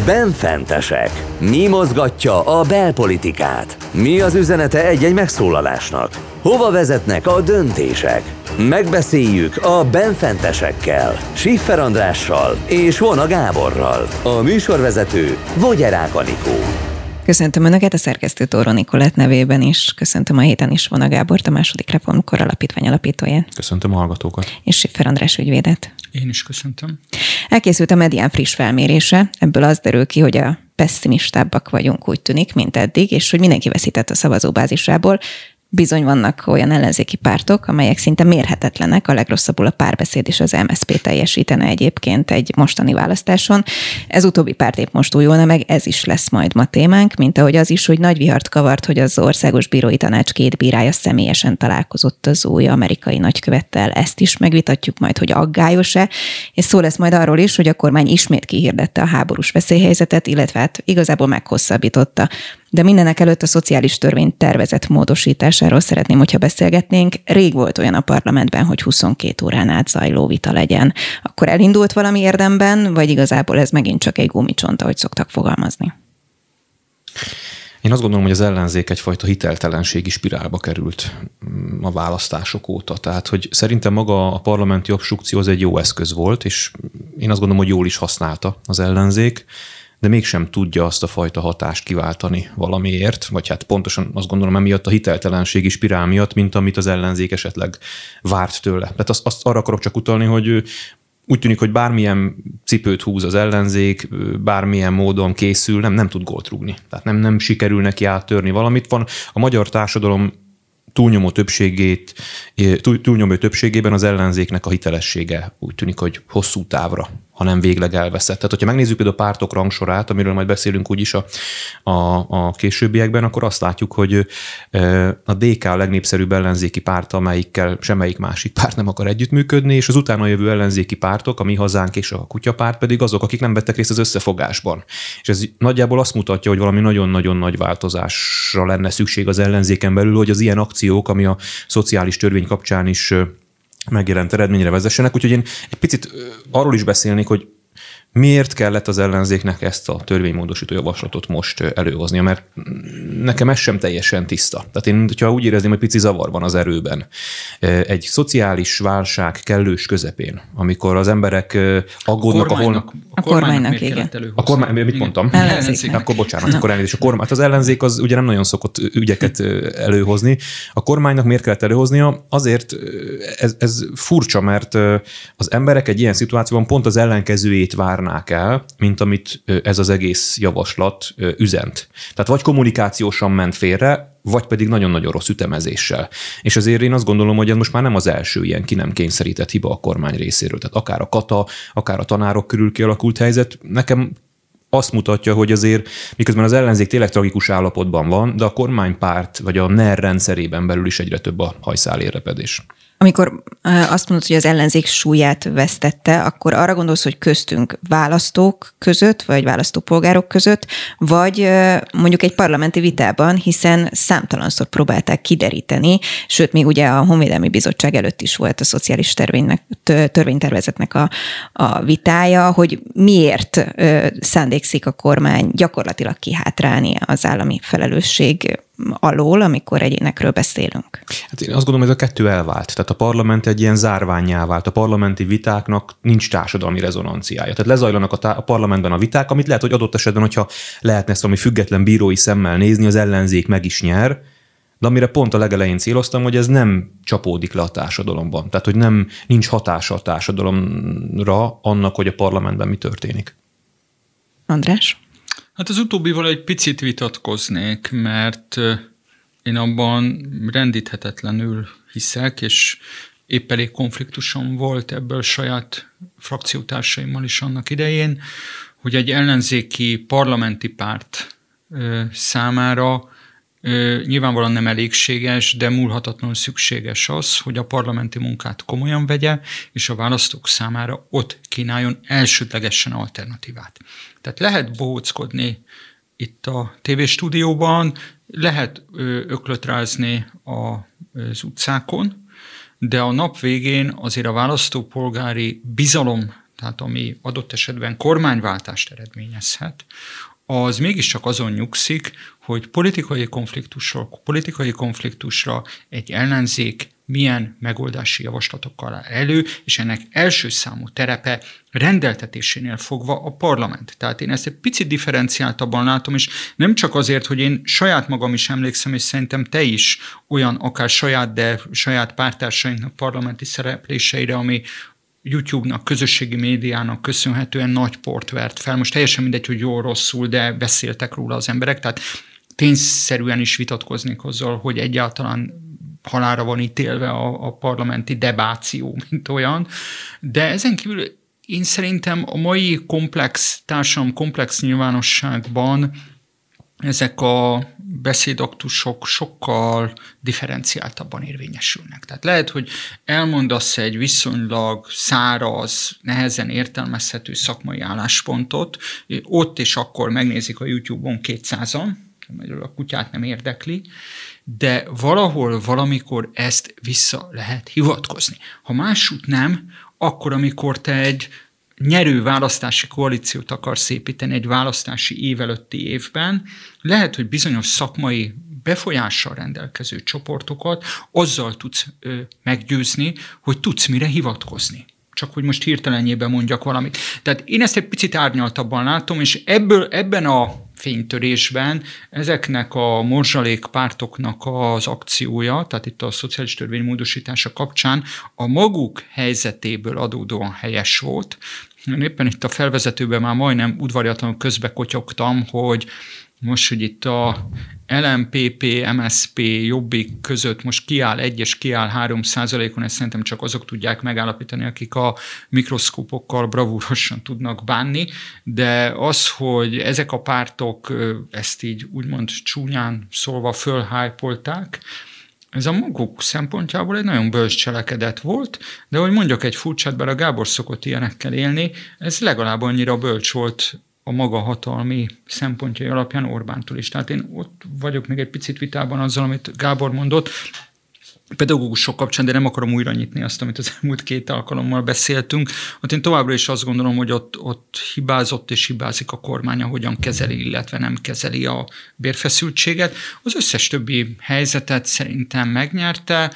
Benfentesek. Mi mozgatja a belpolitikát? Mi az üzenete egy-egy megszólalásnak? Hova vezetnek a döntések? Megbeszéljük a Benfentesekkel, Schiffer Andrással és Vona Gáborral. A műsorvezető Vogyerák Anikó. Köszöntöm Önöket a szerkesztő Tóró Nikolett nevében is. Köszöntöm a héten is Vona Gábort, a második Reformkor Alapítvány alapítóját. Köszöntöm a hallgatókat. És Schiffer András ügyvédet. Én is köszöntöm. Elkészült a Medián friss felmérése, ebből az derül ki, hogy a pessimistábbak vagyunk, úgy tűnik, mint eddig, és hogy mindenki veszített a szavazóbázisából. Bizony vannak olyan ellenzéki pártok, amelyek szinte mérhetetlenek, a legrosszabbul a Párbeszéd és az MSZP teljesítene egyébként egy mostani választáson. Ez utóbbi párt épp most újulna meg, ez is lesz majd ma témánk, mint ahogy az is, hogy nagy vihart kavart, hogy az Országos Bírói Tanács két bírája személyesen találkozott az új amerikai nagykövettel. Ezt is megvitatjuk majd, hogy aggályos-e, és szó lesz majd arról is, hogy a kormány ismét kihirdette a háborús veszélyhelyzetet, illetve hát igazából meghosszabbította. De mindenek előtt a szociális törvény tervezett módosításáról szeretném, hogyha beszélgetnénk. Rég volt olyan a parlamentben, hogy 22 órán át zajló vita legyen. Akkor elindult valami érdemben, vagy igazából ez megint csak egy gumicsont, ahogy szoktak fogalmazni? Én azt gondolom, hogy az ellenzék egyfajta hiteltelenségi spirálba került a választások óta. Tehát, hogy szerintem maga a parlamenti obstrukció az egy jó eszköz volt, és én azt gondolom, hogy jól is használta az ellenzék, de mégsem tudja azt a fajta hatást kiváltani valamiért, vagy hát pontosan azt gondolom emiatt a hiteltelenségi spirál miatt, mint amit az ellenzék esetleg várt tőle. Tehát azt arra akarok csak utalni, hogy úgy tűnik, hogy bármilyen cipőt húz az ellenzék, bármilyen módon készül, nem tud gólt rúgni. Tehát nem sikerül neki áttörni valamit. Van a magyar társadalom túlnyomó többségében az ellenzéknek a hitelessége úgy tűnik, hogy hosszú távra, ha nem végleg elveszett. Tehát, hogyha megnézzük például a pártok rangsorát, amiről majd beszélünk úgyis a későbbiekben, akkor azt látjuk, hogy a DK a legnépszerűbb ellenzéki párt, amelyikkel semmelyik másik párt nem akar együttműködni, és az utána jövő ellenzéki pártok, a Mi Hazánk és a Kutyapárt pedig azok, akik nem vettek részt az összefogásban. És ez nagyjából azt mutatja, hogy valami nagyon-nagyon nagy változásra lenne szükség az ellenzéken belül, hogy az ilyen akciók, ami a szociális törvény kapcsán is megjelent eredményre vezessenek. Úgyhogy én egy picit arról is beszélnék, hogy miért kellett az ellenzéknek ezt a törvénymódosító javaslatot most előhoznia, mert nekem ez sem teljesen tiszta. Tehát én, hogyha úgy érezném, hogy pici zavar van az erőben, egy szociális válság kellős közepén, amikor az emberek aggódnak a kormánynak igen. A kormány, mit mondtam? Akkor bocsánat, akkor elnézést. A kormány, az ellenzék az ugye nem nagyon szokott ügyeket előhozni. A kormánynak miért kellett előhoznia? Azért ez furcsa, mert az emberek egy ilyen szituációban pont az ellenkezőjét várnák el, mint amit ez az egész javaslat üzent. Tehát vagy kommunikációsan ment félre, vagy pedig nagyon-nagyon rossz ütemezéssel. És azért én azt gondolom, hogy ez most már nem az első ilyen ki nem kényszerített hiba a kormány részéről. Tehát akár a kata, akár a tanárok körül kialakult helyzet, nekem azt mutatja, hogy azért miközben az ellenzék tényleg tragikus állapotban van, de a kormánypárt vagy a NER rendszerében belül is egyre több a hajszálérrepedés. Amikor azt mondod, hogy az ellenzék súlyát vesztette, akkor arra gondolsz, hogy köztünk választók között, vagy választópolgárok között, vagy mondjuk egy parlamenti vitában, hiszen számtalanszor próbálták kideríteni, sőt, még ugye a Honvédelmi Bizottság előtt is volt a szociális törvénytervezetnek a vitája, hogy miért szándékszik a kormány gyakorlatilag kihátrálni az állami felelősség alól, amikor egyénekről beszélünk. Hát én azt gondolom, hogy ez a kettő elvált. Tehát a parlament egy ilyen zárvánnyá vált. A parlamenti vitáknak nincs társadalmi rezonanciája. Tehát lezajlanak a parlamentben a viták, amit lehet, hogy adott esetben, hogyha lehetne ezt valami független bírói szemmel nézni, az ellenzék meg is nyer, de amire pont a legelején céloztam, hogy ez nem csapódik le a társadalomban. Tehát, hogy nincs hatása a társadalomra annak, hogy a parlamentben mi történik. András? Hát az utóbbival egy picit vitatkoznék, mert én abban rendíthetetlenül hiszek, és épp elég konfliktusom volt ebből saját frakciótársaimmal is annak idején, hogy egy ellenzéki parlamenti párt számára nyilvánvalóan nem elégséges, de múlhatatlanul szükséges az, hogy a parlamenti munkát komolyan vegye, és a választók számára ott kínáljon elsődlegesen alternatívát. Tehát lehet bohóckodni itt a tévéstúdióban, lehet öklötrázni az utcákon, de a nap végén azért a választópolgári bizalom tehát ami adott esetben kormányváltást eredményezhet, az mégiscsak azon nyugszik, hogy politikai konfliktusra egy ellenzék milyen megoldási javaslatokkal áll elő, és ennek első számú terepe rendeltetésénél fogva a parlament. Tehát én ezt egy picit differenciáltabban látom, és nem csak azért, hogy én saját magam is emlékszem, és szerintem te is olyan akár saját pártársainknak parlamenti szerepléseire, ami YouTube-nak, közösségi médiának köszönhetően nagy port vert fel. Most teljesen mindegy, hogy jól-rosszul, de beszéltek róla az emberek, tehát tényszerűen is vitatkoznék azzal, hogy egyáltalán halálra van ítélve a parlamenti debáció, mint olyan. De ezen kívül én szerintem a mai társadalom komplex nyilvánosságban ezek a beszédaktusok sokkal differenciáltabban érvényesülnek. Tehát lehet, hogy elmondasz egy viszonylag száraz, nehezen értelmezhető szakmai álláspontot, ott és akkor megnézik a YouTube-on 200-an, amelyről a kutyát nem érdekli, de valahol, valamikor ezt vissza lehet hivatkozni. Ha másút nem, akkor amikor te egy nyerő választási koalíciót akarsz építeni egy választási év előtti évben, lehet, hogy bizonyos szakmai befolyással rendelkező csoportokat azzal tudsz meggyőzni, hogy tudsz mire hivatkozni. Csak hogy most hirtelenjében mondjak valamit. Tehát én ezt egy picit árnyaltabban látom, és ebben a fénytörésben ezeknek a morzsalék pártoknak az akciója, tehát itt a szociális törvény módosítása kapcsán a maguk helyzetéből adódóan helyes volt. Én éppen itt a felvezetőben már majdnem udvariatlanul közbe kotyogtam, hogy most, hogy itt a LMPP, MSZP, Jobbik között most kiáll 1 és kiáll 3%-on, ezt szerintem csak azok tudják megállapítani, akik a mikroszkópokkal bravúrosan tudnak bánni, de az, hogy ezek a pártok ezt így úgymond csúnyán szólva fölhájpolták, ez a maguk szempontjából egy nagyon bölcs cselekedet volt, de hogy mondjak egy furcsát, bár a Gábor szokott ilyenekkel élni, ez legalább annyira bölcs volt a maga hatalmi szempontjai alapján Orbántól is. Tehát én ott vagyok még egy picit vitában azzal, amit Gábor mondott, pedagógusok kapcsán, de nem akarom újra nyitni azt, amit az elmúlt 2 alkalommal beszéltünk. Ott én továbbra is azt gondolom, hogy ott hibázott és hibázik a kormány, hogyan kezeli, illetve nem kezeli a bérfeszültséget. Az összes többi helyzetet szerintem megnyerte,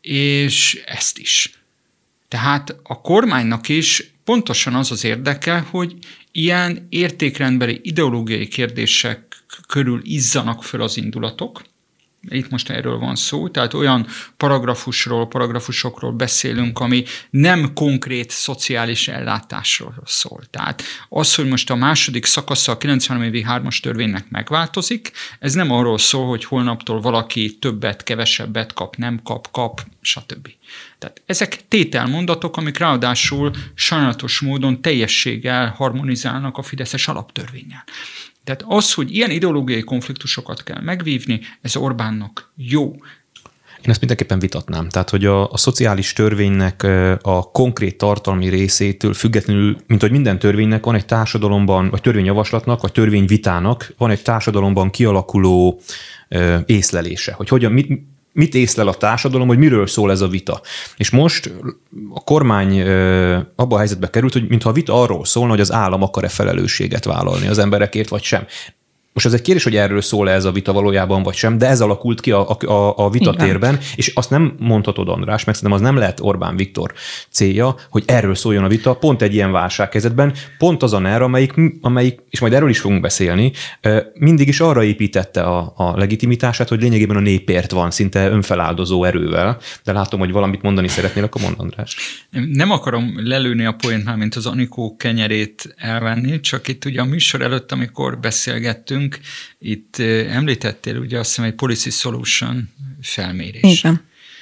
és ezt is. Tehát a kormánynak is pontosan az az érdeke, hogy ilyen értékrendbeli ideológiai kérdések körül izzanak föl az indulatok. Itt most erről van szó, tehát olyan paragrafusokról beszélünk, ami nem konkrét szociális ellátásról szól. Tehát az, hogy most a második szakasza a 93 évi 3-as törvénynek megváltozik, ez nem arról szól, hogy holnaptól valaki többet, kevesebbet kap, nem kap, stb. Tehát ezek tételmondatok, amik ráadásul sajnálatos módon teljességgel harmonizálnak a fideszes alaptörvénnyel. Tehát az, hogy ilyen ideológiai konfliktusokat kell megvívni, ez Orbánnak jó. Én ezt mindenképpen vitatnám. Tehát, hogy a szociális törvénynek a konkrét tartalmi részétől függetlenül, mint hogy minden törvénynek van egy társadalomban, vagy törvényjavaslatnak, vagy törvényvitának van egy társadalomban kialakuló észlelése, hogy hogyan, mit észlel a társadalom, hogy miről szól ez a vita. És most a kormány abba a helyzetbe került, hogy mintha a vita arról szólna, hogy az állam akar-e felelősséget vállalni az emberekért, vagy sem. Most ez egy kérdés, hogy erről szól ez a vita valójában, vagy sem, de ez alakult ki a vitatérben, és azt nem mondhatod, András, meg szerintem az nem lehet Orbán Viktor célja, hogy erről szóljon a vita, pont egy ilyen válsághelyzetben, pont az a NER, amelyik, és majd erről is fogunk beszélni, mindig is arra építette a legitimitását, hogy lényegében a népért van, szinte önfeláldozó erővel, de látom, hogy valamit mondani szeretnél, akkor mondd, András. Nem akarom lelőni a poént már, mint az Anikó kenyerét elvenni, csak itt ugye a műsor előtt, amikor beszélgettünk, itt említettél ugye azt hiszem egy Policy Solution felmérés. Igen.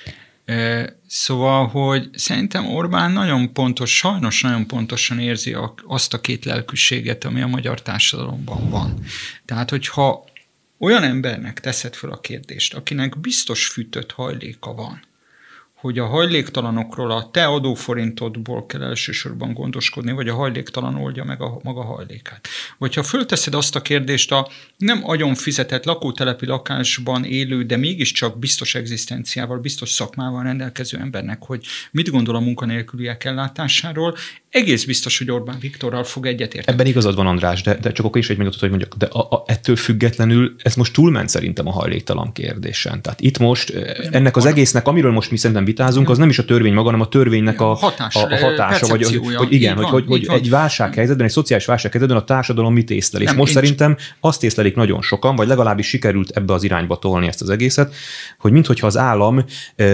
Szóval, hogy szerintem Orbán nagyon pontos, sajnos nagyon pontosan érzi azt a két lelkűséget, ami a magyar társadalomban van. Tehát, hogyha olyan embernek teszed fel a kérdést, akinek biztos fűtött hajléka van, hogy a hajléktalanokról a te adóforintodból kell elsősorban gondoskodni, vagy a hajléktalan oldja meg a maga hajlékát. Vagy ha fölteszed azt a kérdést a nem agyon fizetett lakótelepi lakásban élő, de mégiscsak biztos egzisztenciával, biztos szakmával rendelkező embernek, hogy mit gondol a munkanélküliek ellátásáról, egész biztos, hogy Orbán Viktorral fog egyetérteni. Ebben igazad van, András, de csak akkor is egy mondatot, hogy mondjak, de ettől függetlenül ez most túlment szerintem a hajléktalan kérdésen. Tehát itt most ennek az egésznek, amiről most mi szerintem vitázunk, az nem is a törvény maga, hanem a törvénynek a hatása, vagy hogy igen, hogy egy válsághelyzetben, egy szociális válsághelyzetben a társadalom mit észlel. És most szerintem azt észlelik nagyon sokan, vagy legalábbis sikerült ebbe az irányba tolni ezt az egészet, hogy minthogyha az állam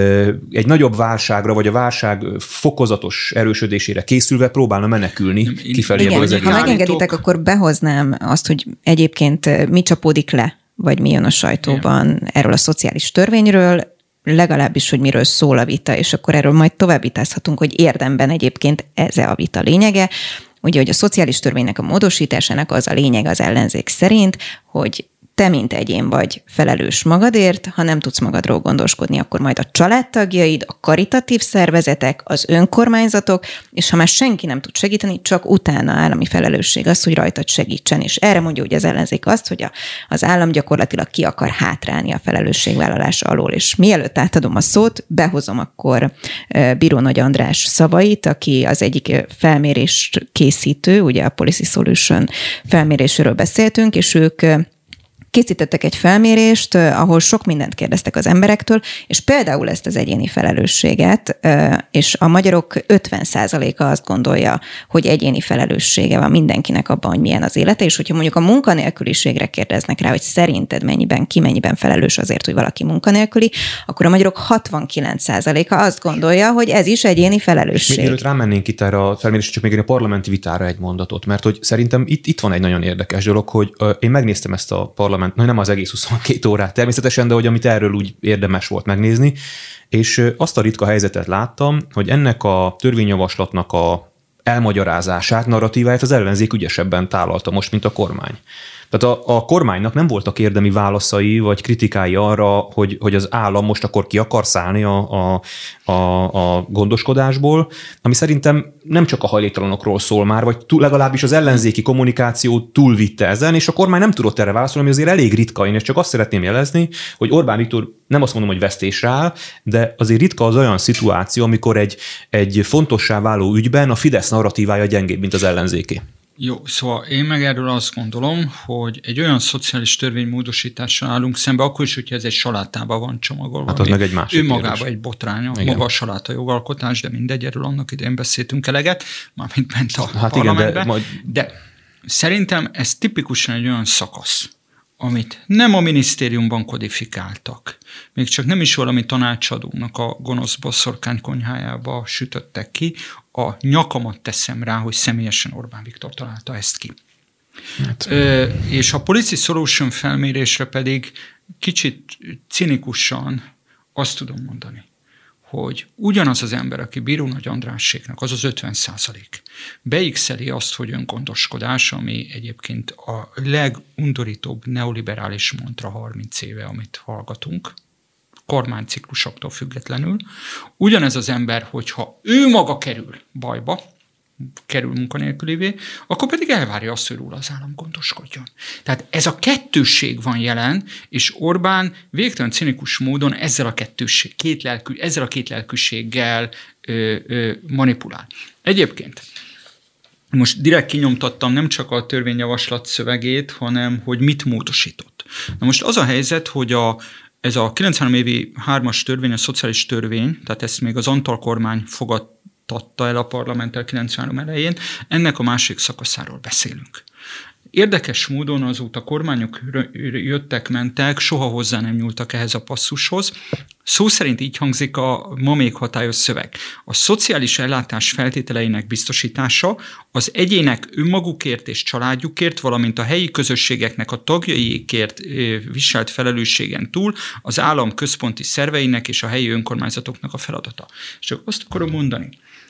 egy nagyobb válságra, vagy a válság fokozatos erősödésére készülve próbálna menekülni kifelé. Igen, ha megengeditek, akkor behoznám azt, hogy egyébként mi csapódik le, vagy mi jön a sajtóban erről a szociális törvényről, legalábbis, hogy miről szól a vita, és akkor erről majd tovább vitázhatunk, hogy érdemben egyébként ez a vita lényege. Ugye, hogy a szociális törvénynek a módosításának az a lényeg az ellenzék szerint, hogy te, mint egyén vagy felelős magadért, ha nem tudsz magadról gondoskodni, akkor majd a családtagjaid, a karitatív szervezetek, az önkormányzatok, és ha már senki nem tud segíteni, csak utána állami felelősség az, hogy rajtad segítsen. És erre mondja ugye az ellenzék azt, hogy az állam gyakorlatilag ki akar hátrálni a felelősségvállalás alól. És mielőtt átadom a szót, behozom akkor Bíró Nagy András szavait, aki az egyik felmérést készítő, ugye a Policy Solution felméréséről beszéltünk, és ők készítettek egy felmérést, ahol sok mindent kérdeztek az emberektől, és például ezt az egyéni felelősséget, és a magyarok 50%-a azt gondolja, hogy egyéni felelőssége van mindenkinek abban, hogy milyen az élete, és hogyha mondjuk a munkanélküliségre kérdeznek rá, hogy szerinted mennyiben felelős azért, hogy valaki munkanélküli, akkor a magyarok 69%-a azt gondolja, hogy ez is egyéni felelősség. Mielőtt rámennénk itt erre a felmérésre, csak még a parlamenti vitára egy mondatot, mert hogy szerintem itt van egy nagyon érdekes dolog, hogy én megnéztem ezt a nem az egész 22 órát természetesen, de hogy amit erről úgy érdemes volt megnézni, és azt a ritka helyzetet láttam, hogy ennek a törvényjavaslatnak a elmagyarázását, narratíváját az ellenzék ügyesebben tálalta most, mint a kormány. Tehát a kormánynak nem voltak érdemi válaszai vagy kritikái arra, hogy az állam most akkor ki akar szállni a gondoskodásból, ami szerintem nem csak a hajléktalanokról szól már, vagy legalábbis az ellenzéki kommunikáció túlvitte ezen, és a kormány nem tudott erre válaszolni, ami azért elég ritka. Én csak azt szeretném jelezni, hogy Orbán Viktor nem azt mondom, hogy vesztésre áll, de azért ritka az olyan szituáció, amikor egy fontossá váló ügyben a Fidesz narratívája gyengébb, mint az ellenzéké. Jó, szóval én meg erről azt gondolom, hogy egy olyan szociális törvénymódosítással állunk szembe, akkor is, hogyha ez egy salátában van csomagolva. Hát az meg egy másik önmagában egy botrány, maga a saláta jogalkotás, de mindegy, erről annak idején beszéltünk eleget, mármint ment a parlamentbe. Igen, de szerintem ez tipikusan egy olyan szakasz, amit nem a minisztériumban kodifikáltak, még csak nem is valami tanácsadónak a gonosz boszorkány konyhájába sütöttek ki, a nyakamat teszem rá, hogy személyesen Orbán Viktor találta ezt ki. Hát. És a Policy Solution felmérésre pedig kicsit cinikusan azt tudom mondani, hogy ugyanaz az ember, aki Bíró Nagy Andráséknak, az 50%, beixeli azt, hogy öngondoskodás, ami egyébként a legundorítóbb neoliberális mantra 30 éve, amit hallgatunk, kormányciklusoktól függetlenül. Ugyanez az ember, hogyha ő maga kerül bajba, kerül munkanélkülivé, akkor pedig elvárja azt, hogy róla az állam gondoskodjon. Tehát ez a kettősség van jelen, és Orbán végtelen cinikus módon ezzel a két lelkűséggel manipulál. Egyébként most direkt kinyomtattam nem csak a törvényjavaslat szövegét, hanem hogy mit módosított. Na most az a helyzet, hogy ez a 93 évi 3-as törvény, a szociális törvény, tehát ezt még az Antal kormány fogadtatta el a parlamenttel 93 elején, ennek a másik szakaszáról beszélünk. Érdekes módon azóta kormányok jöttek-mentek, soha hozzá nem nyúltak ehhez a passzushoz. Szó szerint így hangzik a ma még hatályos szöveg. A szociális ellátás feltételeinek biztosítása az egyének önmagukért és családjukért, valamint a helyi közösségeknek a tagjaiért viselt felelősségen túl az állam központi szerveinek és a helyi önkormányzatoknak a feladata. És csak azt akarom mondani,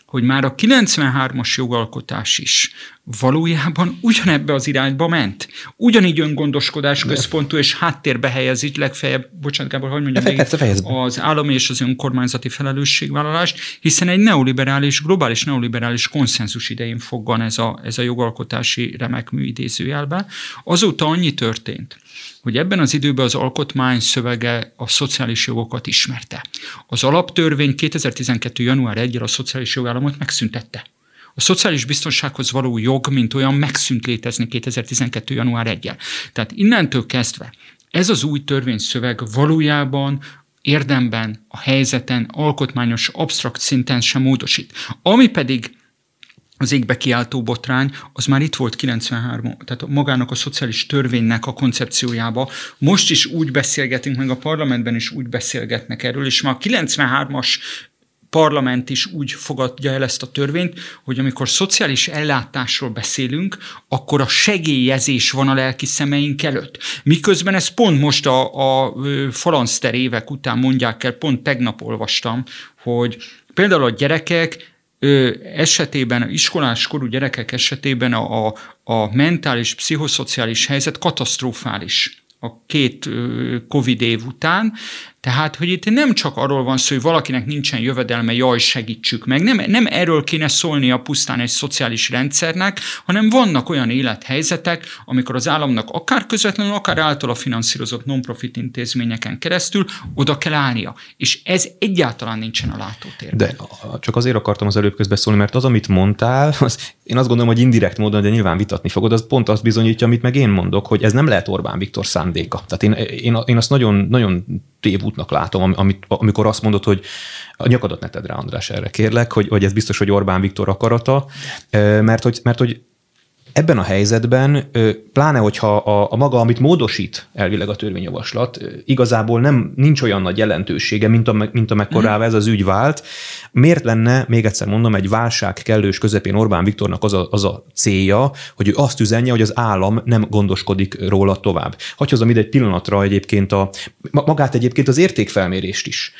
hogy már a 93-as jogalkotás is valójában ugyanebbe az irányba ment. Ugyanígy öngondoskodás központú és háttérbe helyezik legfeljebb, bocsánat Gábor, hogy mondjam még, az állami és az önkormányzati felelősségvállalást, hiszen egy neoliberális, globális neoliberális konszenzus idején foggan ez a jogalkotási remekmű idézőjelbe. Azóta annyi történt, hogy ebben az időben az alkotmány szövege a szociális jogokat ismerte. Az alaptörvény 2012. január 1-jel a szociális jogállamot megszüntette. A szociális biztonsághoz való jog, mint olyan, megszűnt létezni 2012. január 1-jel. Tehát innentől kezdve ez az új törvényszöveg valójában érdemben, a helyzeten, alkotmányos, absztrakt szinten sem módosít. Ami pedig az égbe kiáltó botrány, az már itt volt 93, tehát magának a szociális törvénynek a koncepciójába. Most is úgy beszélgetünk, meg a parlamentben is úgy beszélgetnek erről, és már a 93-as parlament is úgy fogadja el ezt a törvényt, hogy amikor szociális ellátásról beszélünk, akkor a segélyezés van a lelki szemeink előtt. Miközben ez pont most a falanszter évek után mondják el, pont tegnap olvastam, hogy például a gyerekek esetében, iskolás korú gyerekek esetében a mentális, pszichoszociális helyzet katasztrofális a 2 Covid év után. Tehát, hogy itt nem csak arról van szó, hogy valakinek nincsen jövedelme, jaj, segítsük meg. Nem erről kéne szólnia pusztán egy szociális rendszernek, hanem vannak olyan élethelyzetek, amikor az államnak akár közvetlenül, akár általa finanszírozott non-profit intézményeken keresztül oda kell állnia. És ez egyáltalán nincsen a látótérben. De csak azért akartam az előbb közbeszólni, mert az, amit mondtál, én azt gondolom, hogy indirekt módon, de nyilván vitatni fogod, az pont azt bizonyítja, amit meg én mondok, hogy ez nem lehet Orbán Viktor szándéka. Tehát én azt nagyon, nagyon tévútnak látom, amikor azt mondod, hogy a nyakadat ne tedd rá, András, erre kérlek, hogy ez biztos, hogy Orbán Viktor akarata, mert hogy ebben a helyzetben, pláne, hogyha a maga, amit módosít elvileg a törvényjavaslat, igazából nincs olyan nagy jelentősége, mint amekkorává ez az ügy vált. Miért lenne, még egyszer mondom, egy válság kellős közepén Orbán Viktornak az a célja, hogy ő azt üzenje, hogy az állam nem gondoskodik róla tovább. Hadd hozzam ide egy pillanatra egyébként magát egyébként az értékfelmérést is,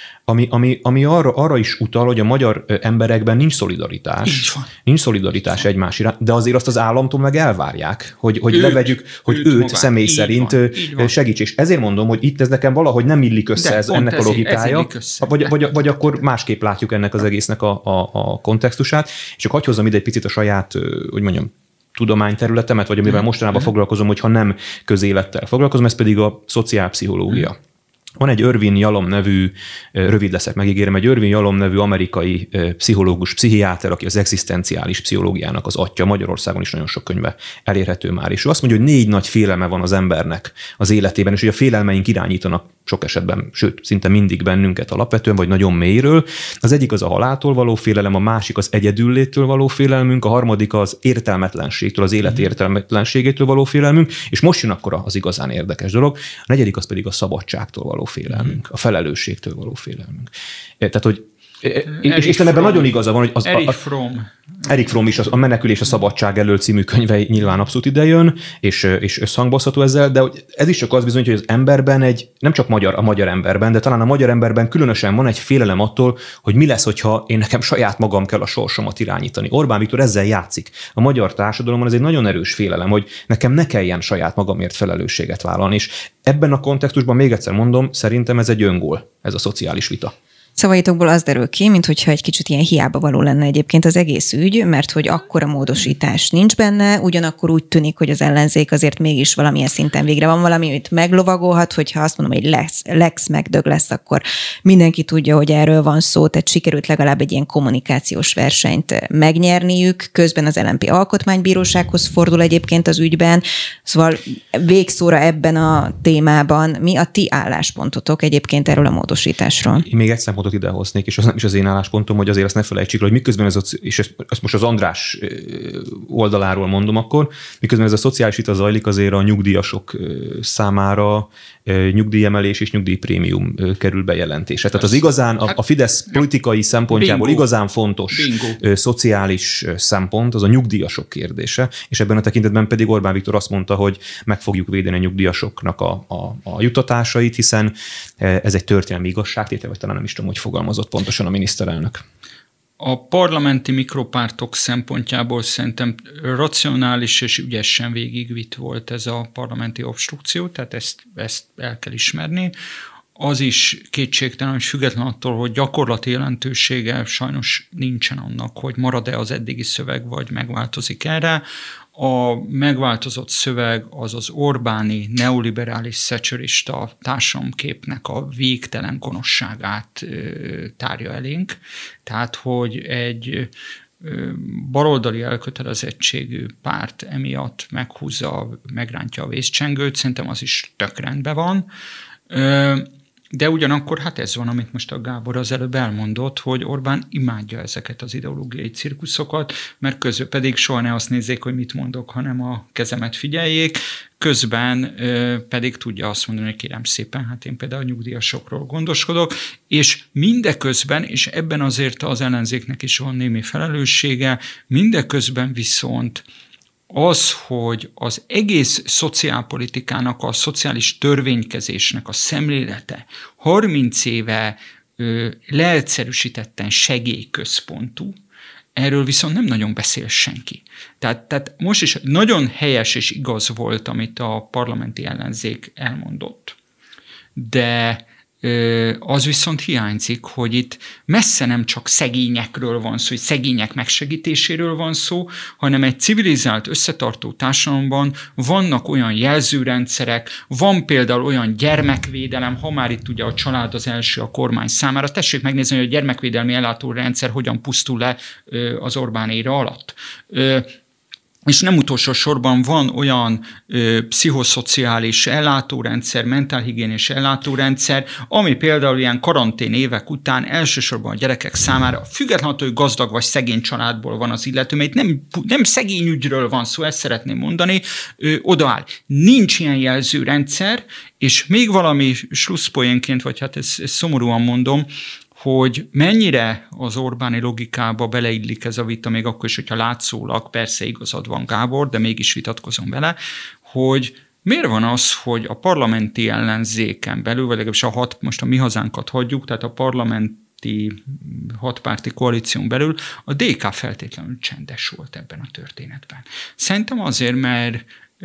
ami arra is utal, hogy a magyar emberekben nincs szolidaritás. Nincs szolidaritás egymás iránt, de azért azt az államtól meg elvárják, hogy levegyük, hogy őt magán személy szerint segíts. És ezért mondom, hogy itt ez nekem valahogy nem illik össze ennek a logikája, vagy akkor másképp látjuk ennek az egésznek a kontextusát. És csak hadd hozzam ide egy picit a saját, hogy mondjam, tudományterületemet, vagy amivel mostanában foglalkozom, hogyha nem közélettel foglalkozom, ez pedig a szociálpszichológia. Van egy Irvin Yalom nevű, rövid leszek, megígérem, egy Irvin Yalom nevű amerikai pszichológus, pszichiáter, aki az egzisztenciális pszichológiának az atya, Magyarországon is nagyon sok könyve elérhető már. És ő azt mondja, hogy 4 nagy félelme van az embernek az életében, és hogy a félelmeink irányítanak sok esetben, sőt, szinte mindig bennünket alapvetően, vagy nagyon mélyről. Az egyik az a haláltól való félelem, a másik az egyedülléttől való félelmünk, a harmadik az értelmetlenségtől, az élet értelmetlenségétől való félelmünk, és most jön akkor az igazán érdekes dolog. A negyedik az pedig a szabadságtól való félelmünk, a felelősségtől való félelmünk. Tehát, hogy és ebben nagyon igaza van, hogy Erik Fromm is a Menekülés a szabadság elől című könyve nyilván abszolút idejön, és összhangbozható ezzel, de ez is csak az bizonyítja, hogy az emberben nem csak a magyar emberben, de talán a magyar emberben különösen van egy félelem attól, hogy mi lesz, hogyha én nekem saját magam kell a sorsomat irányítani. Orbán Viktor ezzel játszik. A magyar társadalomban ez egy nagyon erős félelem, hogy nekem ne kelljen saját magamért felelősséget vállalni, és ebben a kontextusban még egyszer mondom, szerintem ez egy öngól, ez a szociális vita. Szavaitokból az derül ki, minthogyha egy kicsit ilyen hiába való lenne egyébként az egész ügy, mert hogy akkora módosítás nincs benne, ugyanakkor úgy tűnik, hogy az ellenzék azért mégis valamilyen szinten végre van valami, amit meglovagolhat, hogyha azt mondom, hogy Lex megdög lesz, akkor mindenki tudja, hogy erről van szó, tehát sikerült legalább egy ilyen kommunikációs versenyt megnyerniük, közben az LMP alkotmánybírósághoz fordul egyébként az ügyben, szóval végszóra ebben a témában mi a ti álláspontotok egyébként erről a módosításról? Még egy szempontot idehoznék, és az nem is az én álláspontom, hogy azért azt ne felejtsük, hogy miközben és ezt most az András oldaláról mondom akkor, miközben ez a szociális vita zajlik, azért a nyugdíjasok számára nyugdíjemelés és nyugdíjprémium kerül bejelentésre. Tehát az igazán a Fidesz politikai szempontjából igazán fontos szociális szempont az a nyugdíjasok kérdése, és ebben a tekintetben pedig Orbán Viktor azt mondta, hogy meg fogjuk védeni a nyugdíjasoknak a juttatásait, hiszen ez egy történelmi igazságtétel, vagy talán nem is tudom, hogy fogalmazott pontosan a miniszterelnök. A parlamenti mikropártok szempontjából szerintem racionális és ügyesen végigvitt volt ez a parlamenti obstrukció, tehát ezt el kell ismerni. Az is kétségtelen, hogy független attól, hogy gyakorlati jelentősége sajnos nincsen annak, hogy marad-e az eddigi szöveg, vagy megváltozik erre. A megváltozott szöveg az az Orbáni neoliberális thatcherista társadalomképnek a végtelen gonoszságát tárja elénk. Tehát, hogy egy baloldali elkötelezettségű párt emiatt meghúzza, megrántja a vészcsengőt, szerintem az is tök rendben van. De ugyanakkor hát ez van, amit most a Gábor az előbb elmondott, hogy Orbán imádja ezeket az ideológiai cirkuszokat, mert közben pedig soha ne azt nézzék, hogy mit mondok, hanem a kezemet figyeljék, közben pedig tudja azt mondani, hogy kérem szépen, hát én például a nyugdíjasokról gondoskodok, és mindeközben, és ebben azért az ellenzéknek is van némi felelőssége, mindeközben viszont az, hogy az egész szociálpolitikának, a szociális törvénykezésnek a szemlélete 30 éve leegyszerűsítetten segélyközpontú, erről viszont nem nagyon beszél senki. Tehát most is nagyon helyes és igaz volt, amit a parlamenti ellenzék elmondott. De az viszont hiányzik, hogy itt messze nem csak szegényekről van szó, hogy szegények megsegítéséről van szó, hanem egy civilizált, összetartó társadalomban vannak olyan jelzőrendszerek, van például olyan gyermekvédelem, ha már itt ugye a család az első a kormány számára. Tessék megnézni, hogy a gyermekvédelmi ellátórendszer hogyan pusztul le az Orbán éra alatt. És nem utolsó sorban van olyan pszichoszociális ellátórendszer, mentálhigiénés ellátórendszer, ami például ilyen karantén évek után elsősorban a gyerekek számára, függetlenül, hogy gazdag vagy szegény családból van az illető, mert nem szegény ügyről van szó, ezt szeretném mondani, odaáll. Nincs ilyen jelzőrendszer, és még valami slusszpoénként, vagy hát ezt szomorúan mondom, hogy mennyire az Orbáni logikába beleillik ez a vita, még akkor is, hogyha látszólag, persze igazad van Gábor, de mégis vitatkozom vele, hogy miért van az, hogy a parlamenti ellenzéken belül, vagy legalábbis most a Mi Hazánkat hagyjuk, tehát a parlamenti hatpárti koalíción belül a DK feltétlenül csendes volt ebben a történetben. Szerintem azért, mert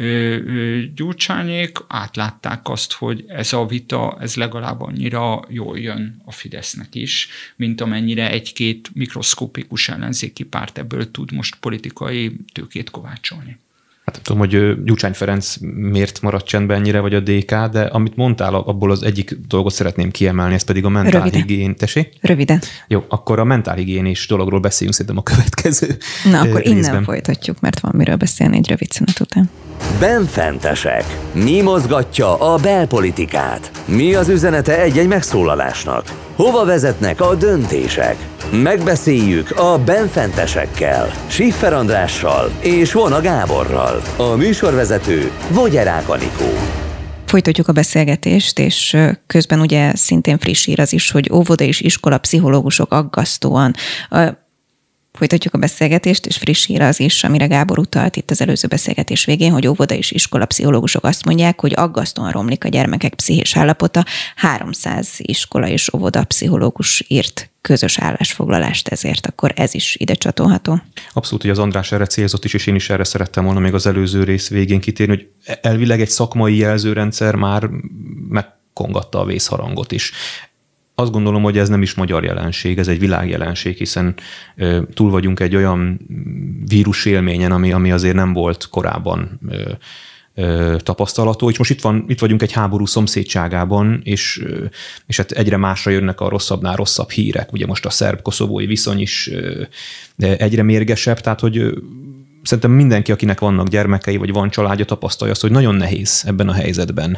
Gyurcsányék átlátták azt, hogy ez a vita, ez legalább annyira jól jön a Fidesznek is, mint amennyire egy-két mikroszkopikus ellenzéki párt ebből tud most politikai tőkét kovácsolni. Hát nem tudom, hogy Gyurcsány Ferenc miért maradt csendben ennyire, vagy a DK, de amit mondtál, abból az egyik dolgot szeretném kiemelni, ez pedig a mentálhigién. Röviden. Jó, akkor a mentálhigiénés dologról beszéljünk szerintem a következő Na, akkor részben. Innen folytatjuk, mert van miről beszélni egy rövid szünet után. Benfentesek. Mi mozgatja a belpolitikát? Mi az üzenete egy-egy megszólalásnak? Hova vezetnek a döntések? Megbeszéljük a benfentesekkel, Schiffer Andrással és Vona Gáborral. A műsorvezető Vogyerák Anikó. Folytatjuk a beszélgetést, és közben ugye szintén friss hír az is, hogy óvoda és iskola pszichológusok aggasztóan folytatjuk a beszélgetést, és friss hír az is, amire Gábor utalt itt az előző beszélgetés végén, hogy óvoda és iskola pszichológusok azt mondják, hogy aggasztóan romlik a gyermekek pszichés állapota. 300 iskola és óvoda pszichológus írt közös állásfoglalást ezért, akkor ez is ide csatolható. Abszolút, hogy az András erre célzott is, és én is erre szerettem volna még az előző rész végén kitérni, hogy elvileg egy szakmai jelzőrendszer már megkongatta a vészharangot is. Azt gondolom, hogy ez nem is magyar jelenség, ez egy világjelenség, hiszen túl vagyunk egy olyan vírus élményen, ami azért nem volt korábban tapasztalatú. És most itt vagyunk egy háború szomszédságában, és hát egyre másra jönnek a rosszabbnál rosszabb hírek. Ugye most a szerb-koszovói viszony is egyre mérgesebb, tehát hogy szerintem mindenki, akinek vannak gyermekei, vagy van családja, tapasztalja azt, hogy nagyon nehéz ebben a helyzetben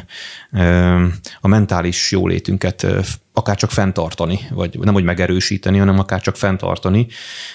a mentális jólétünket akár csak fenntartani, vagy nem, hogy megerősíteni, hanem akár csak fenntartani.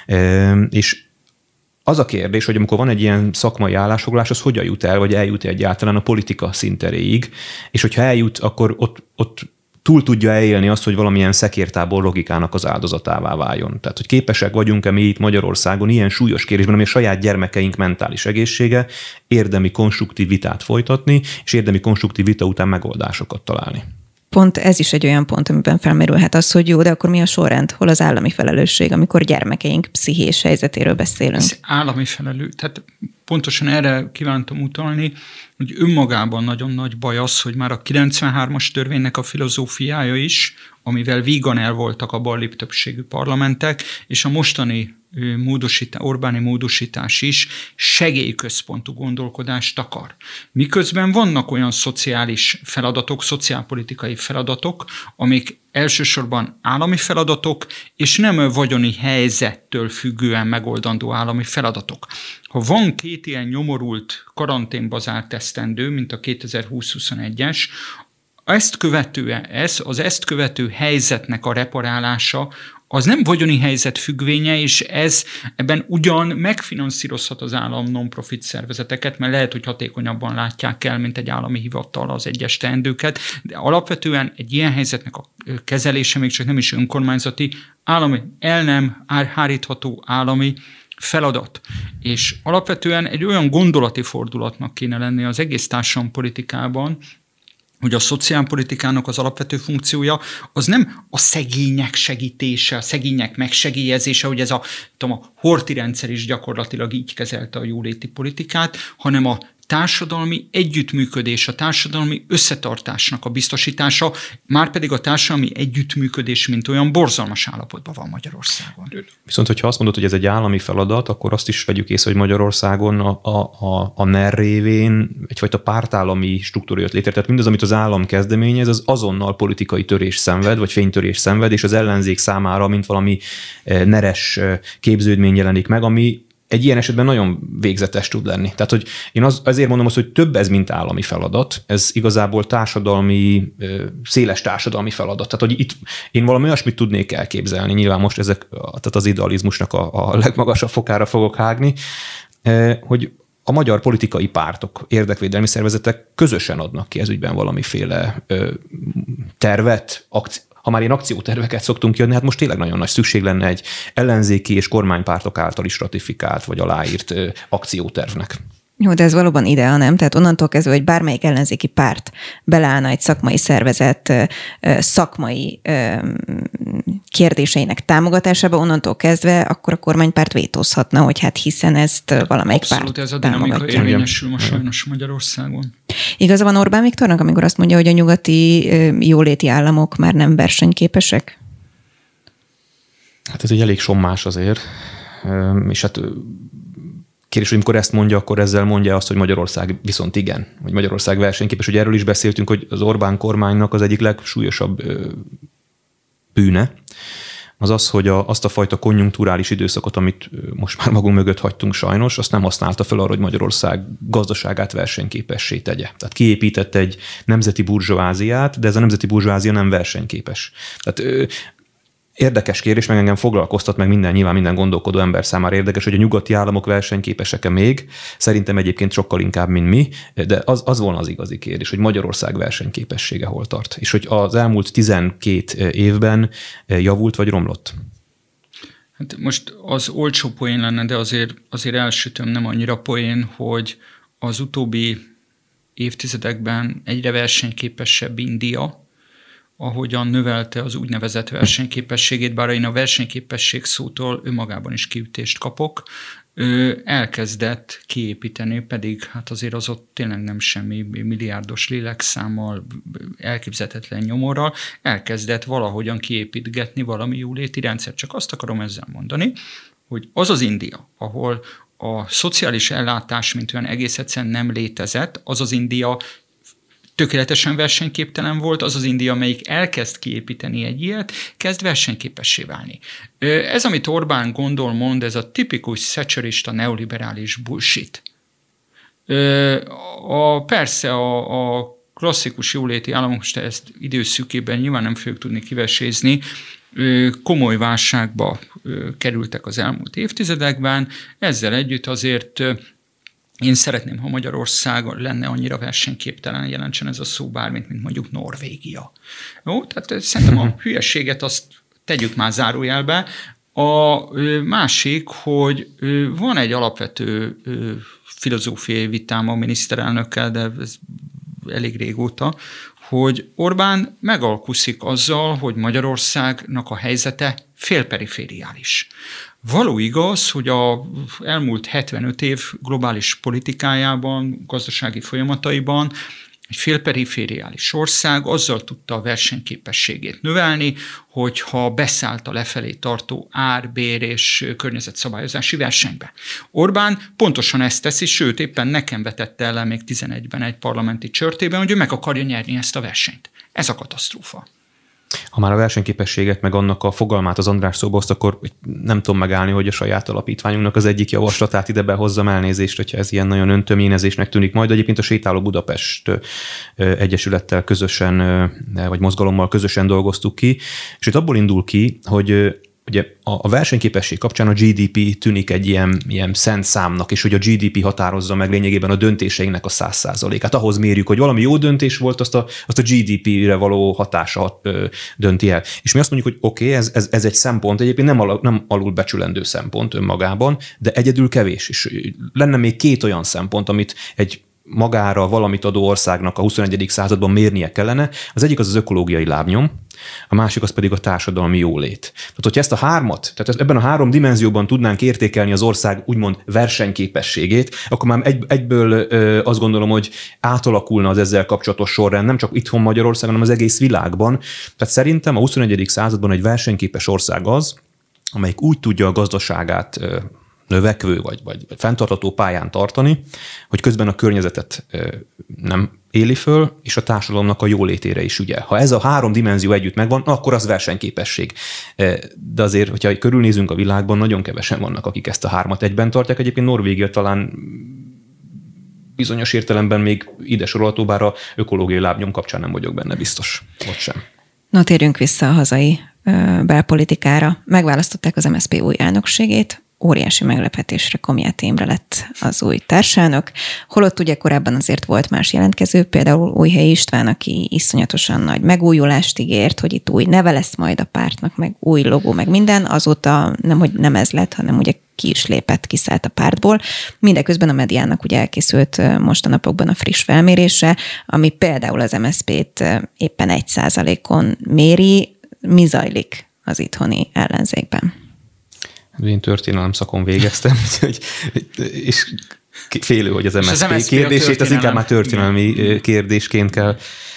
És az a kérdés, hogy amikor van egy ilyen szakmai állásfoglalás, az hogyan jut el, vagy eljut egyáltalán a politika szinteréig, és hogyha eljut, akkor ott túl tudja elélni azt, hogy valamilyen szekértábor logikának az áldozatává váljon. Tehát, hogy képesek vagyunk-e mi itt Magyarországon ilyen súlyos kérdésben, ami a saját gyermekeink mentális egészsége, érdemi konstruktív vitát folytatni, és érdemi konstruktív vita után megoldásokat találni. pont ez is egy olyan pont, amiben felmerülhet az, hogy jó, de akkor mi a sorrend, hol az állami felelősség, amikor gyermekeink pszichés helyzetéről beszélünk. Ez állami tehát pontosan erre kívántam utalni, hogy önmagában nagyon nagy baj az, hogy már a 93-as törvénynek a filozófiája is, amivel vígan el voltak a ballibb többségű parlamentek, és a mostani Orbáni módosítás is segélyközpontú gondolkodást akar. Miközben vannak olyan szociális feladatok, szociálpolitikai feladatok, amik elsősorban állami feladatok, és nem vagyoni helyzettől függően megoldandó állami feladatok. Ha van két ilyen nyomorult karanténba zárt esztendő, mint a 2020-21-es, az ezt követő helyzetnek a reparálása az nem vagyoni helyzet függvénye, és ebben ugyan megfinanszírozhat az állam non-profit szervezeteket, mert lehet, hogy hatékonyabban látják el, mint egy állami hivatal az egyes teendőket, de alapvetően egy ilyen helyzetnek a kezelése még csak nem is önkormányzati, állami, el nem hárítható állami feladat. És alapvetően egy olyan gondolati fordulatnak kéne lenni az egész társadalompolitikában, hogy a szociálpolitikának az alapvető funkciója az nem a szegények segítése, a szegények megsegélyezése, hogy ez a Horthy rendszer is gyakorlatilag így kezelte a jóléti politikát, hanem a társadalmi együttműködés, a társadalmi összetartásnak a biztosítása, márpedig a társadalmi együttműködés, mint olyan borzalmas állapotban van Magyarországon. Viszont, hogyha azt mondod, hogy ez egy állami feladat, akkor azt is vegyük észre, hogy Magyarországon a NER révén egyfajta pártállami struktúra jött létre. Tehát mindaz, amit az állam kezdeményez, az azonnal politikai törés szenved, vagy fénytörés szenved, és az ellenzék számára, mint valami neres képződmény jelenik meg, ami egy ilyen esetben nagyon végzetes tud lenni. Tehát, hogy én azért mondom azt, hogy több ez, mint állami feladat. Ez igazából széles társadalmi feladat. Tehát, hogy itt én valami olyasmit tudnék elképzelni. Nyilván most tehát az idealizmusnak a legmagasabb fokára fogok hágni, hogy a magyar politikai pártok, érdekvédelmi szervezetek közösen adnak ki ez ügyben valamiféle tervet, ha már ilyen akcióterveket szoktunk jönni, hát most tényleg nagyon nagy szükség lenne egy ellenzéki és kormánypártok által is ratifikált vagy aláírt akciótervnek. Jó, de ez valóban idea, nem? Tehát onnantól kezdve, hogy bármelyik ellenzéki párt beleállna egy szakmai szervezet szakmai kérdéseinek támogatásába, onnantól kezdve akkor a kormánypárt vétózhatna, hogy hát hiszen ezt valamelyik abszolút párt ez a dinamika érvényesül most sajnos Magyarországon. Igaza van Orbán Viktornak, amikor azt mondja, hogy a nyugati jóléti államok már nem versenyképesek? Hát ez egy elég sommás azért, és hát kérdés, hogy amikor ezt mondja, akkor ezzel mondja azt, hogy Magyarország viszont igen, hogy Magyarország versenyképes. Ugye erről is beszéltünk, hogy az Orbán kormánynak az egyik legsúlyosabb bűne az, hogy azt a fajta konjunkturális időszakot, amit most már magunk mögött hagytunk sajnos, azt nem használta fel arra, hogy Magyarország gazdaságát versenyképessé tegye. Tehát kiépített egy nemzeti burzsóáziát, de ez a nemzeti burzsóázia nem versenyképes. Tehát érdekes kérdés, meg engem foglalkoztat, meg nyilván minden gondolkodó ember számára érdekes, hogy a nyugati államok versenyképesek-e még. Szerintem egyébként sokkal inkább, mint mi, de az volna az igazi kérdés, hogy Magyarország versenyképessége hol tart. És hogy az elmúlt 12 évben javult vagy romlott? Hát most az olcsó poén lenne, de azért elsütöm, nem annyira poén, hogy az utóbbi évtizedekben egyre versenyképesebb India, ahogyan növelte az úgynevezett versenyképességét, bár én a versenyképesség szótól önmagában is kiütést kapok, elkezdett kiépíteni, pedig hát azért az ott tényleg nem semmi milliárdos lélekszámmal, elképzelhetetlen nyomorral, elkezdett valahogyan kiépítgetni valami jóléti rendszer. Csak azt akarom ezzel mondani, hogy az az India, ahol a szociális ellátás, mint olyan egész egyszerűen nem létezett, az az India tökéletesen versenyképtelen volt, az az India, amelyik elkezd kiépíteni egy ilyet, kezd versenyképessé válni. Ez, amit Orbán mond, ez a tipikus thatcherista neoliberális bullshit. Persze a klasszikus jóléti államok, most ezt időszűkében nyilván nem fogjuk tudni kivesézni, komoly válságba kerültek az elmúlt évtizedekben, ezzel együtt azért én szeretném, ha Magyarország lenne annyira versenyképtelen, jelentsen ez a szó bármint, mint mondjuk Norvégia. Jó, tehát szerintem a hülyeséget azt tegyük már zárójelbe. A másik, hogy van egy alapvető filozófiai vitám a miniszterelnökkel, de ez elég régóta, hogy Orbán megalkuszik azzal, hogy Magyarországnak a helyzete félperifériális. Való igaz, hogy az elmúlt 75 év globális politikájában, gazdasági folyamataiban egy félperifériális ország azzal tudta a versenyképességét növelni, hogyha beszállt a lefelé tartó ár, bér és környezetszabályozási versenybe. Orbán pontosan ezt teszi, sőt éppen nekem vetette ellen még 11-ben egy parlamenti csörtében, hogy ő meg akarja nyerni ezt a versenyt. Ez a katasztrófa. Ha már a versenyképességet, meg annak a fogalmát az András szóba hozta, akkor nem tudom megállni, hogy a saját alapítványunknak az egyik javaslatát ide behozzam, elnézést, hogyha ez ilyen nagyon öntöményezésnek tűnik majd. Egyébként a Sétáló Budapest Egyesülettel közösen, vagy mozgalommal közösen dolgoztuk ki, és itt abból indul ki, hogy ugye a versenyképesség kapcsán a GDP tűnik egy ilyen szent számnak, és hogy a GDP határozza meg lényegében a döntéseinknek a 100%-át. Ahhoz mérjük, hogy valami jó döntés volt, azt a GDP-re való hatása dönti el. És mi azt mondjuk, hogy oké, ez egy szempont, egyébként nem alulbecsülendő szempont önmagában, de egyedül kevés. És lenne még két olyan szempont, amit egy magára valamit adó országnak a 21. században mérnie kellene. Az egyik az ökológiai lábnyom, a másik az pedig a társadalmi jólét. Tehát, hogyha ezt a hármat, tehát ebben a három dimenzióban tudnánk értékelni az ország úgymond versenyképességét, akkor már egyből azt gondolom, hogy átalakulna az ezzel kapcsolatos sorrend, nem csak itthon Magyarországon, hanem az egész világban. Tehát szerintem a 21. században egy versenyképes ország az, amelyik úgy tudja a gazdaságát növekvő vagy fenntartható pályán tartani, hogy közben a környezetet nem éli föl, és a társadalomnak a jólétére is ügyel. Ha ez a három dimenzió együtt megvan, akkor az versenyképesség. De azért, hogyha körülnézünk a világban, nagyon kevesen vannak, akik ezt a hármat egyben tartják. Egyébként Norvégia talán bizonyos értelemben még ide sorolható, bár a ökológiai lábnyom kapcsán nem vagyok benne biztos. Ott sem. No, térjünk vissza a hazai belpolitikára. Megválasztották az MSZP új elnökségét, óriási meglepetésre Komjáthy Imre lett az új társelnök, holott ugye korábban azért volt más jelentkező, például Újhelyi István, aki iszonyatosan nagy megújulást ígért, hogy itt új neve lesz majd a pártnak, meg új logó, meg minden, azóta nem ez lett, hanem ugye ki is lépett, kiszállt a pártból. Mindeközben a mediának ugye elkészült most a napokban a friss felmérése, ami például az MSZP-t éppen 1%-on méri. Mi zajlik az itthoni ellenzékben? Én történelem szakon végeztem, és félő, hogy az MSZP kérdését, az inkább már történelmi kérdésként kell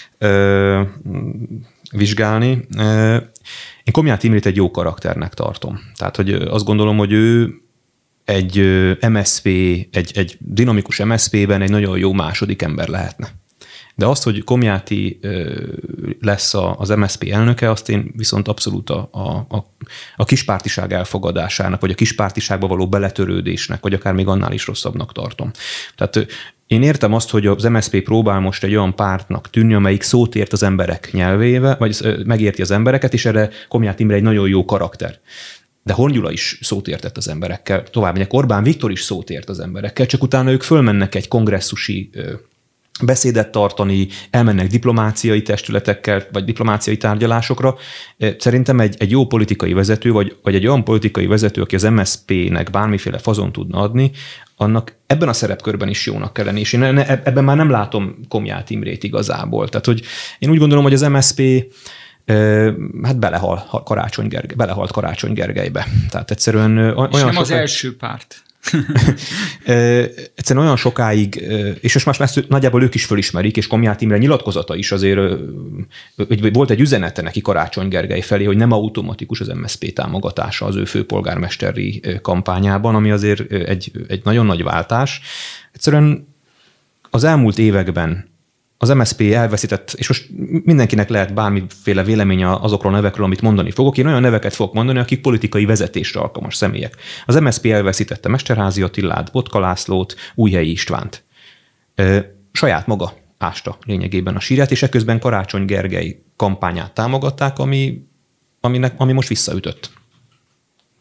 vizsgálni. Én Komjáthy Imrét egy jó karakternek tartom. Tehát, hogy azt gondolom, hogy ő egy MSZP, egy dinamikus MSZP-ben egy nagyon jó második ember lehetne. De azt, hogy Komjáthy lesz az MSZP elnöke, azt én viszont abszolút a kispártiság elfogadásának, vagy a kispártiságba való beletörődésnek, vagy akár még annál is rosszabbnak tartom. Tehát én értem azt, hogy az MSZP próbál most egy olyan pártnak tűnni, amelyik szót ért az emberek nyelvével, vagy megérti az embereket, és erre Komjáthy Imre egy nagyon jó karakter. De Horn Gyula is szót értett az emberekkel, tovább megyek, Orbán Viktor is szót ért az emberekkel, csak utána ők fölmennek egy kongresszusi beszédet tartani, elmennek diplomáciai testületekkel, vagy diplomáciai tárgyalásokra. Szerintem egy jó politikai vezető, vagy egy olyan politikai vezető, aki az MSZP-nek bármiféle fazon tudna adni, annak ebben a szerepkörben is jónak kell lenni, és én ebben már nem látom Komjáthy Imrét igazából. Tehát, hogy én úgy gondolom, hogy az MSZP belehalt Karácsony Gergelybe. Tehát egyszerűen olyan és nem az első párt. Egyszerűen olyan sokáig, és most már ezt nagyjából ők is fölismerik, és Komjáthy Imre nyilatkozata is azért, volt egy üzenete neki Karácsony Gergely felé, hogy nem automatikus az MSZP támogatása az ő főpolgármesteri kampányában, ami azért egy nagyon nagy váltás. Egyszerűen az elmúlt években az MSZP elveszített, és most mindenkinek lehet bármiféle véleménye azokról a nevekről, amit mondani fogok. Én olyan neveket fogok mondani, akik politikai vezetésre alkalmas személyek. Az MSZP elveszítette Mesterházy Attilát, Botka Lászlót, Újhelyi Istvánt. Saját maga ásta lényegében a sírját, és eközben Karácsony Gergely kampányát támogatták, ami most visszaütött.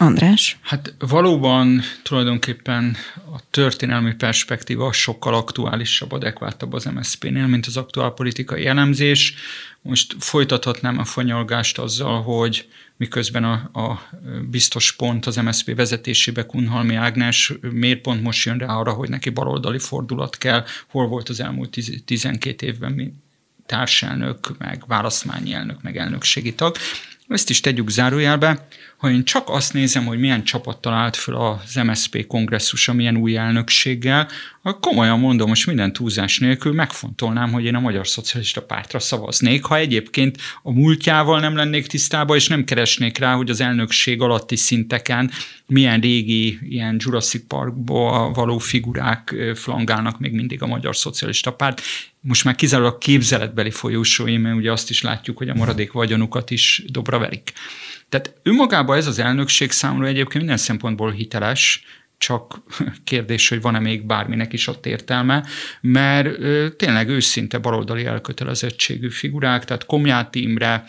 András? Hát valóban tulajdonképpen a történelmi perspektíva sokkal aktuálisabb, adekvátabb az MSZP-nél, mint az aktuálpolitikai elemzés. Most folytathatnám a fanyalgást azzal, hogy miközben a biztos pont az MSZP vezetésébe Kunhalmi Ágnes miért pont most jön rá arra, hogy neki baloldali fordulat kell, hol volt az elmúlt 12 évben társelnök, meg választmányi elnök, meg elnökségi tag. Ezt is tegyük zárójelbe, ha én csak azt nézem, hogy milyen csapattal állt föl az MSZP kongresszusa, milyen új elnökséggel, akkor komolyan mondom, most minden túlzás nélkül megfontolnám, hogy én a Magyar Szocialista Pártra szavaznék, ha egyébként a múltjával nem lennék tisztában, és nem keresnék rá, hogy az elnökség alatti szinteken milyen régi, ilyen Jurassic Parkból való figurák flangálnak még mindig a Magyar Szocialista Párt. Most már kizárólag képzeletbeli folyósói, mert ugye azt is látjuk, hogy a maradék vagyonukat is dobra verik. Tehát önmagában ez az elnökség számomra egyébként minden szempontból hiteles, csak kérdés, hogy van-e még bárminek is ott értelme, mert tényleg őszinte baloldali elkötelezettségű figurák, tehát Komjáti Imre,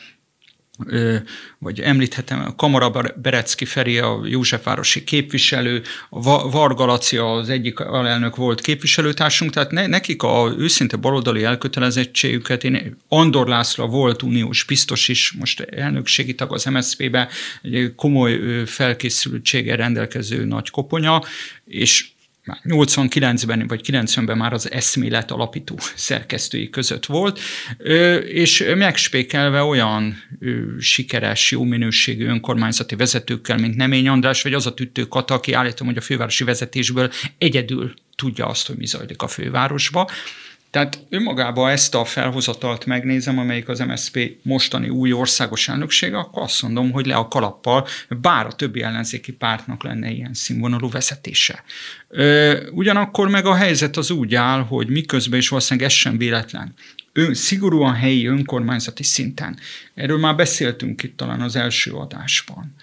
vagy említhetem, Kamara Berecki Feri, a józsefvárosi képviselő, a Varga Laci az egyik alelnök volt képviselőtársunk, tehát nekik a őszinte baloldali elkötelezettségüket, Andor László volt uniós biztos is, most elnökségi tag az MSZP-be, egy komoly felkészültséggel rendelkező nagy koponya, és 89-ben vagy 90-ben már az Eszmélet alapító szerkesztői között volt, és megspékelve olyan sikeres, jó minőségű önkormányzati vezetőkkel, mint Nemény András, vagy az a Tüttő Kata, aki állítom, hogy a fővárosi vezetésből egyedül tudja azt, hogy mi zajlik a fővárosba. Tehát önmagában ezt a felhozatalt megnézem, amelyik az MSZP mostani új országos elnöksége, akkor azt mondom, hogy le a kalappal, bár a többi ellenzéki pártnak lenne ilyen színvonalú vezetése. Ugyanakkor meg a helyzet az úgy áll, hogy miközben, és valószínűleg ez sem véletlen, szigorúan helyi önkormányzati szinten, erről már beszéltünk itt talán az első adásban,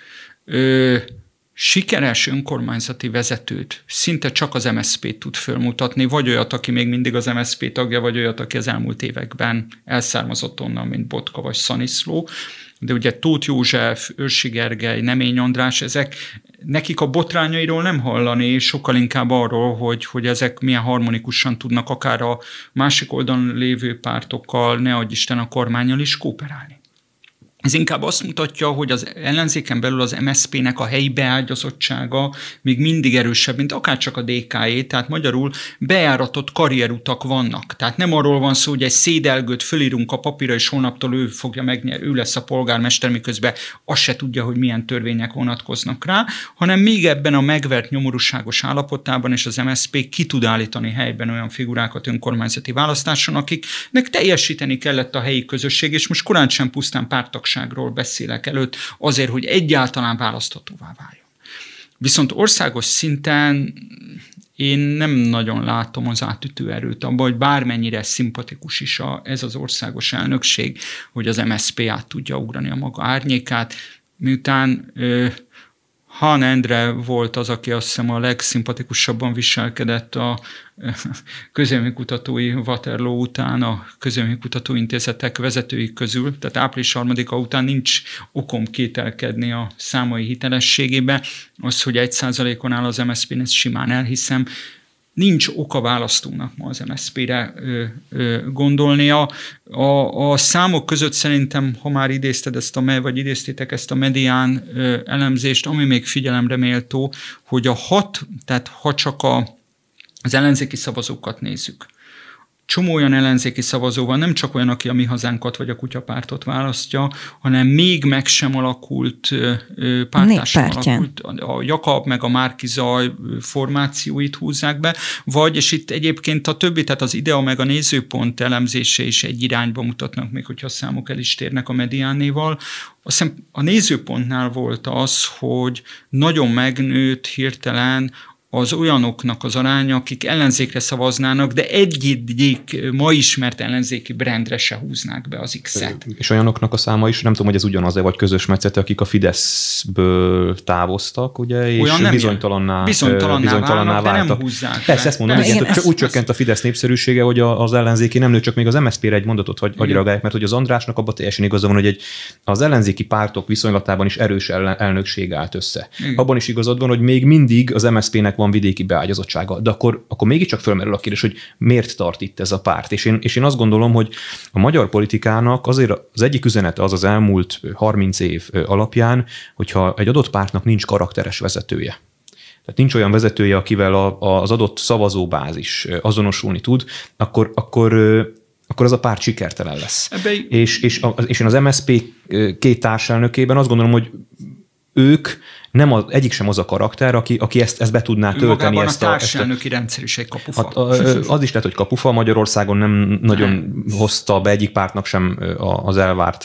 sikeres önkormányzati vezetőt szinte csak az MSZP tud fölmutatni, vagy olyat, aki még mindig az MSZP tagja, vagy olyat, aki az elmúlt években elszármazott onnan, mint Botka vagy Szaniszló. De ugye Tóth József, Őrsi Gergely, Nemény András, nekik a botrányairól nem hallani, sokkal inkább arról, hogy ezek milyen harmonikusan tudnak akár a másik oldalon lévő pártokkal, ne adj Isten a kormánnyal is kooperálni. Ez inkább azt mutatja, hogy az ellenzéken belül az MSZP-nek a helyi beágyazottsága még mindig erősebb, mint akárcsak a DK-é, tehát magyarul bejáratott karrierutak vannak. Tehát nem arról van szó, hogy egy szédelgőt fölírunk a papírra, és holnaptól ő fogja megnyerni, ő lesz a polgármester, miközben azt se tudja, hogy milyen törvények vonatkoznak rá, hanem még ebben a megvert nyomorúságos állapotában, és az MSZP ki tud állítani helyben olyan figurákat önkormányzati választáson, akiknek teljesíteni kellett a helyi közösség, és most korán sem pusztán párttagságról beszélek előtt, azért, hogy egyáltalán választhatóvá váljon. Viszont országos szinten én nem nagyon látom az átütő erőt abban, hogy bármennyire szimpatikus is ez az országos elnökség, hogy az MSZP át tudja ugrani a maga árnyékát, miután Hahn Endre volt az, aki azt hiszem a legszimpatikusabban viselkedett a közvéleménykutatói Waterloo után, a közvéleménykutatóintézetek vezetői közül, tehát április 3-a után nincs okom kételkedni a számai hitelességébe. Az, hogy 1%-on áll az MSZP-n, ezt simán elhiszem. Nincs oka választónak ma az MSZP-re gondolnia. A számok között szerintem, ha már idézted vagy idéztétek ezt a medián elemzést, ami még figyelemre méltó, hogy tehát ha csak az ellenzéki szavazókat nézzük, csomó olyan ellenzéki szavazó van, nem csak olyan, aki a Mi Hazánkat vagy a Kutyapártot választja, hanem még meg sem alakult pártársan alakult. A Jakab meg a Márki-Zaj formációit húzzák be, vagy, és itt egyébként a többi, tehát az Idea meg a Nézőpont elemzése is egy irányba mutatnak, még hogyha a számok el is térnek a mediánnéval. Azt hiszem a Nézőpontnál volt az, hogy nagyon megnőtt hirtelen az olyanoknak az aránya, akik ellenzékre szavaznának, de egyik ma ismert ellenzéki brandre se húznák be az X-et. És olyanoknak a száma is, nem tudom, hogy ez ugyanaz-e, vagy közös metszete, akik a Fideszből távoztak, ugye, és bizonytalanná válnak, de nem váltak. húzzák. Persze, ezt mondom, igen, úgy csökkent a Fidesz népszerűsége, hogy az ellenzéki nem nő, csak még az MSZP-re egy mondatot hagy reagálják, mert hogy az Andrásnak abban teljesen igaza van, hogy az ellenzéki pártok viszonylatában is erős elnökség állt össze. Igen. Abban is igazad van, hogy még mindig az MSZP-nek van vidéki beágyazottsága, de akkor mégiscsak fölmerül a kérdés, hogy miért tart itt ez a párt. És én azt gondolom, hogy a magyar politikának azért az egyik üzenete az elmúlt 30 év alapján, hogyha egy adott pártnak nincs karakteres vezetője. Tehát nincs olyan vezetője, akivel az adott szavazóbázis azonosulni tud, akkor az a párt sikertelen lesz. És én az MSZP két társelnökében azt gondolom, hogy ők egyik sem az a karakter, aki ezt be tudná tölteni. A társelnöki rendszer is egy kapufa. Az is lehet, hogy kapufa. Magyarországon nem nagyon hozta be egyik pártnak sem az elvárt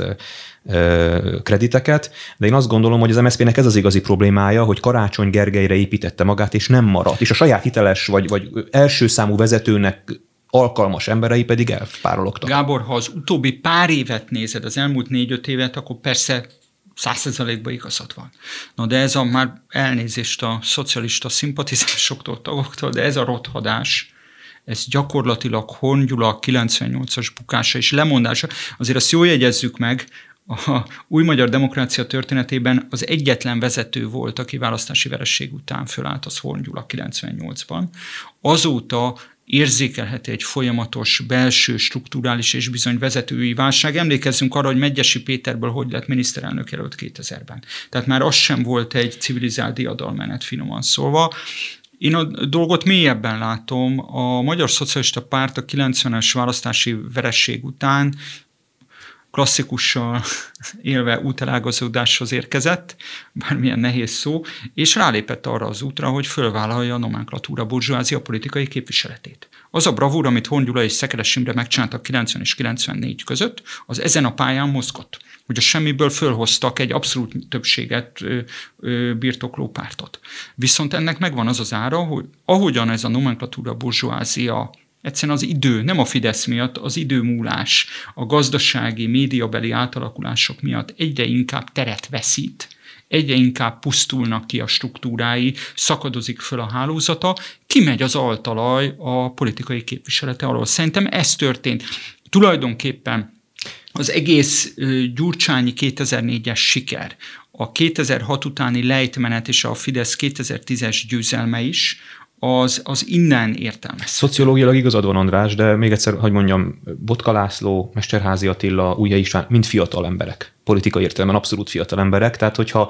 krediteket, de én azt gondolom, hogy az MSZP-nek ez az igazi problémája, hogy Karácsony Gergelyre építette magát, és nem maradt. És a saját hiteles vagy első számú vezetőnek alkalmas emberei pedig elpárologtak. Gábor, ha az utóbbi pár évet nézed, az elmúlt 4-5 évet, akkor persze 100%-ban igazad van. Na de ez már elnézést a szocialista szimpatizásoktól, tagoktól, de ez a rothadás, ez gyakorlatilag Horn Gyula 98-as bukása és lemondása. Azért azt jól jegyezzük meg, a új magyar demokrácia történetében az egyetlen vezető volt, aki választási veresség után fölállt, az Horn Gyula 98-ban. Azóta érzékelhető egy folyamatos belső, strukturális és bizony vezetői válság. Emlékezzünk arra, hogy Medgyessy Péterből hogy lett miniszterelnök jelölt 2000-ben. Tehát már az sem volt egy civilizált diadalmenet, finoman szólva. Én a dolgot mélyebben látom. A Magyar Szocialista Párt a 90-es választási veresség után klasszikussal élve útelágazódáshoz érkezett, bármilyen nehéz szó, és rálépett arra az útra, hogy fölvállalja a nomenklatúra burzsóázia politikai képviseletét. Az a bravúr, amit Horn Gyula és Szekeres Imre megcsináltak 90 és 94 között, az ezen a pályán mozgott. Hogy a semmiből fölhoztak egy abszolút többséget birtokló pártot. Viszont ennek megvan az az ára, hogy ahogyan ez a nomenklatúra burzsóázia egyszerűen az idő, nem a Fidesz miatt, az időmúlás, a gazdasági, médiabeli átalakulások miatt egyre inkább teret veszít, egyre inkább pusztulnak ki a struktúrái, szakadozik föl a hálózata, kimegy az altalaj a politikai képviselete alól. Szerintem ez történt. Tulajdonképpen az egész gyurcsányi 2004-es siker, a 2006 utáni lejtmenet és a Fidesz 2010-es győzelme is, az innen értelmez. Szociológiailag igazad van, András, de még egyszer, hogy mondjam, Botka László, Mesterházy Attila, Ujjai István, mind fiatal emberek, politikai értelemben abszolút fiatal emberek, tehát hogyha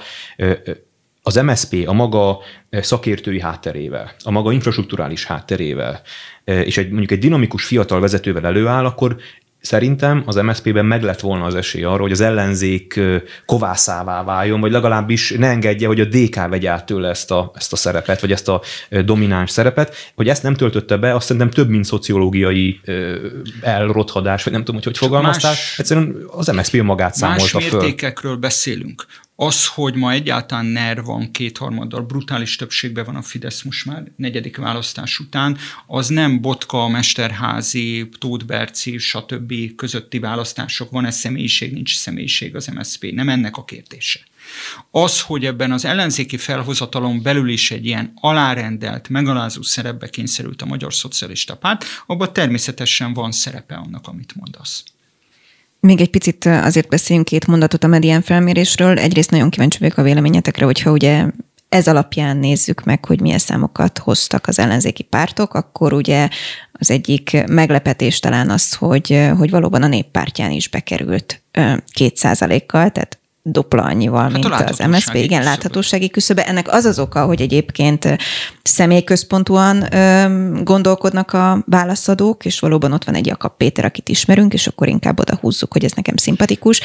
az MSZP a maga szakértői hátterével, a maga infrastrukturális hátterével, és mondjuk egy dinamikus fiatal vezetővel előáll, akkor szerintem az MSZP-ben meg lett volna az esély arra, hogy az ellenzék kovászává váljon, vagy legalábbis ne engedje, hogy a DK vegye át tőle ezt a szerepet, vagy ezt a domináns szerepet. Hogy ezt nem töltötte be, azt szerintem több, mint szociológiai elrothadás, vagy nem tudom, hogy fogalmaztál. Egyszerűen az MSZP magát számolta föl. Más mértékekről beszélünk. Az, hogy ma egyáltalán NER van kétharmaddal, brutális többségben van a Fidesz most már 4. választás után, az nem Botka, Mesterházy, Tóth Berci, stb. Közötti választások. Van-e személyiség, nincs személyiség az MSZP. Nem ennek a kérdése. Az, hogy ebben az ellenzéki felhozatalon belül is egy ilyen alárendelt, megalázó szerepbe kényszerült a Magyar Szocialista Párt, abban természetesen van szerepe annak, amit mondasz. Még egy picit azért beszéljünk 2 mondatot a Medián felmérésről. Egyrészt nagyon kíváncsi vagyok a véleményetekre, hogyha ugye ez alapján nézzük meg, hogy milyen számokat hoztak az ellenzéki pártok, akkor ugye az egyik meglepetés talán az, hogy valóban a Néppártyán is bekerült 2%-kal, tehát dupla annyival, mint az MSZP. Igen, láthatósági küszöbe. Ennek az az oka, hogy egyébként személyközpontúan gondolkodnak a válaszadók, és valóban ott van egy Jakab Péter, akit ismerünk, és akkor inkább oda húzzuk, hogy ez nekem szimpatikus,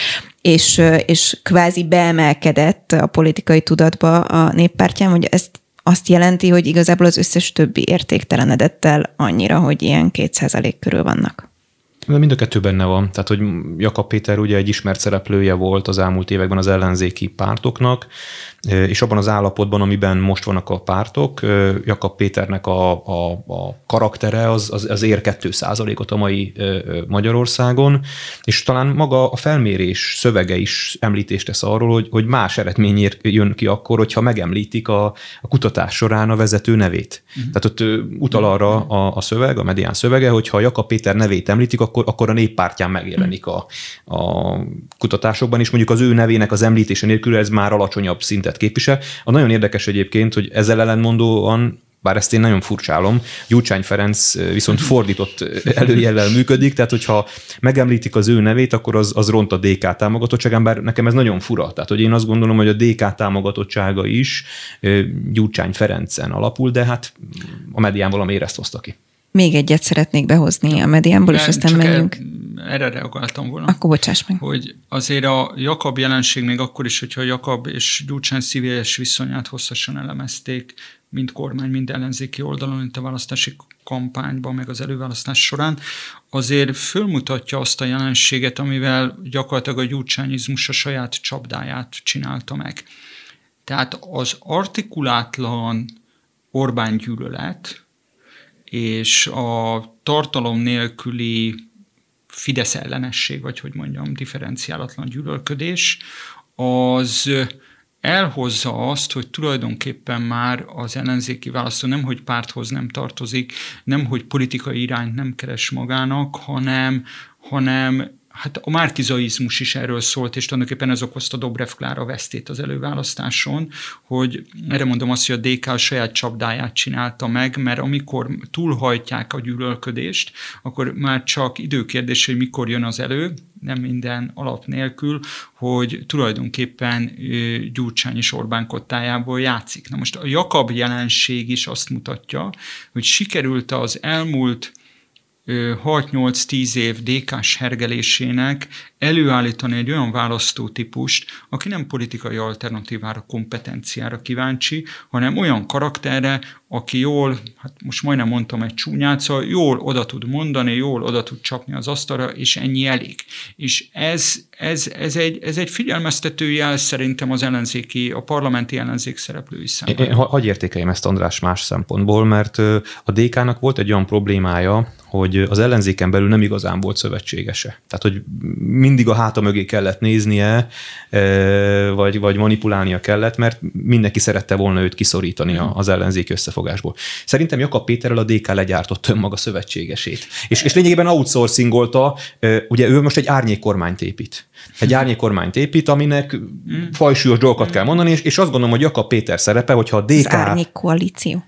és kvázi beemelkedett a politikai tudatba a Néppártyán, hogy ezt azt jelenti, hogy igazából az összes többi értéktelenedett el annyira, hogy ilyen 2% körül vannak. Mind a kettő benne van. Tehát, hogy Jakab Péter ugye egy ismert szereplője volt az elmúlt években az ellenzéki pártoknak, és abban az állapotban, amiben most vannak a pártok, Jakab Péternek a karaktere az ér 2%-ot a mai Magyarországon, és talán maga a felmérés szövege is említést tesz arról, hogy más eredményért jön ki akkor, hogyha megemlítik a kutatás során a vezető nevét. Tehát ott utal arra a szöveg, a Medián szövege, hogyha Jakab Péter nevét említik, akkor a Néppártján megjelenik a kutatásokban, és mondjuk az ő nevének az említése nélkül ez már alacsonyabb szintet képvisel. A nagyon érdekes egyébként, hogy ezzel ellenmondóan, bár ezt én nagyon furcsálom, Gyurcsány Ferenc viszont fordított előjellel működik, tehát hogyha megemlítik az ő nevét, akkor az ront a DK támogatottságán, bár nekem ez nagyon fura. Tehát, hogy én azt gondolom, hogy a DK támogatottsága is Gyurcsány Ferencen alapul, de hát a Medián valamiért ezt hozta ki. Még egyet szeretnék behozni a Mediánból, és aztán menjünk. Erre reagáltam volna. Akkor bocsáss meg. Hogy azért a Jakab jelenség még akkor is, hogyha Jakab és Gyurcsány szívélyes viszonyát hosszasan elemezték, mind kormány, mind ellenzéki oldalon, itt a választási kampányban, meg az előválasztás során, azért fölmutatja azt a jelenséget, amivel gyakorlatilag a gyurcsányizmus a saját csapdáját csinálta meg. Tehát az artikulátlan Orbán gyűlölet és a tartalom nélküli Fidesz ellenesség, vagy hogy mondjam, differenciálatlan gyűlölködés, az elhozza azt, hogy tulajdonképpen már az ellenzéki választó nem, hogy párthoz nem tartozik, nem, hogy politikai irányt nem keres magának, hanem hát a márkizaizmus is erről szólt, és tulajdonképpen ez okozta Dobrev Klára vesztét az előválasztáson, hogy erre mondom azt, hogy a DK a saját csapdáját csinálta meg, mert amikor túlhajtják a gyűlölködést, akkor már csak időkérdés, hogy mikor jön az elő, nem minden alap nélkül, hogy tulajdonképpen Gyurcsány és Orbán kottájából játszik. Na most a Jakab jelenség is azt mutatja, hogy sikerült az elmúlt 6-8-10 év DK-s hergelésének előállítani egy olyan választótípust, aki nem politikai alternatívára, kompetenciára kíváncsi, hanem olyan karakterre, aki jól, hát most majdnem mondtam egy csúnyát, szóval jól oda tud mondani, jól oda tud csapni az asztalra, és ennyi elég. És ez egy figyelmeztető jel szerintem az ellenzéki, a parlamenti ellenzék szereplői számára. Hadd értékeljem ezt, András, más szempontból, mert a DK-nak volt egy olyan problémája, hogy az ellenzéken belül nem igazán volt szövetségese. Tehát, hogy mindig a háta mögé kellett néznie, vagy manipulálnia kellett, mert mindenki szerette volna őt kiszorítani az ellenzéki összefogásból. Szerintem Jakab Péterrel a DK legyártott önmaga szövetségesét. És lényegében outsourcingolta, ugye ő most egy árnyékkormányt épít. Egy árnyékkormányt épít, aminek fajsúlyos dolgokat kell mondani, és azt gondolom, hogy Jakab Péter szerepe, hogyha a DK... Az árnyékkoalíció?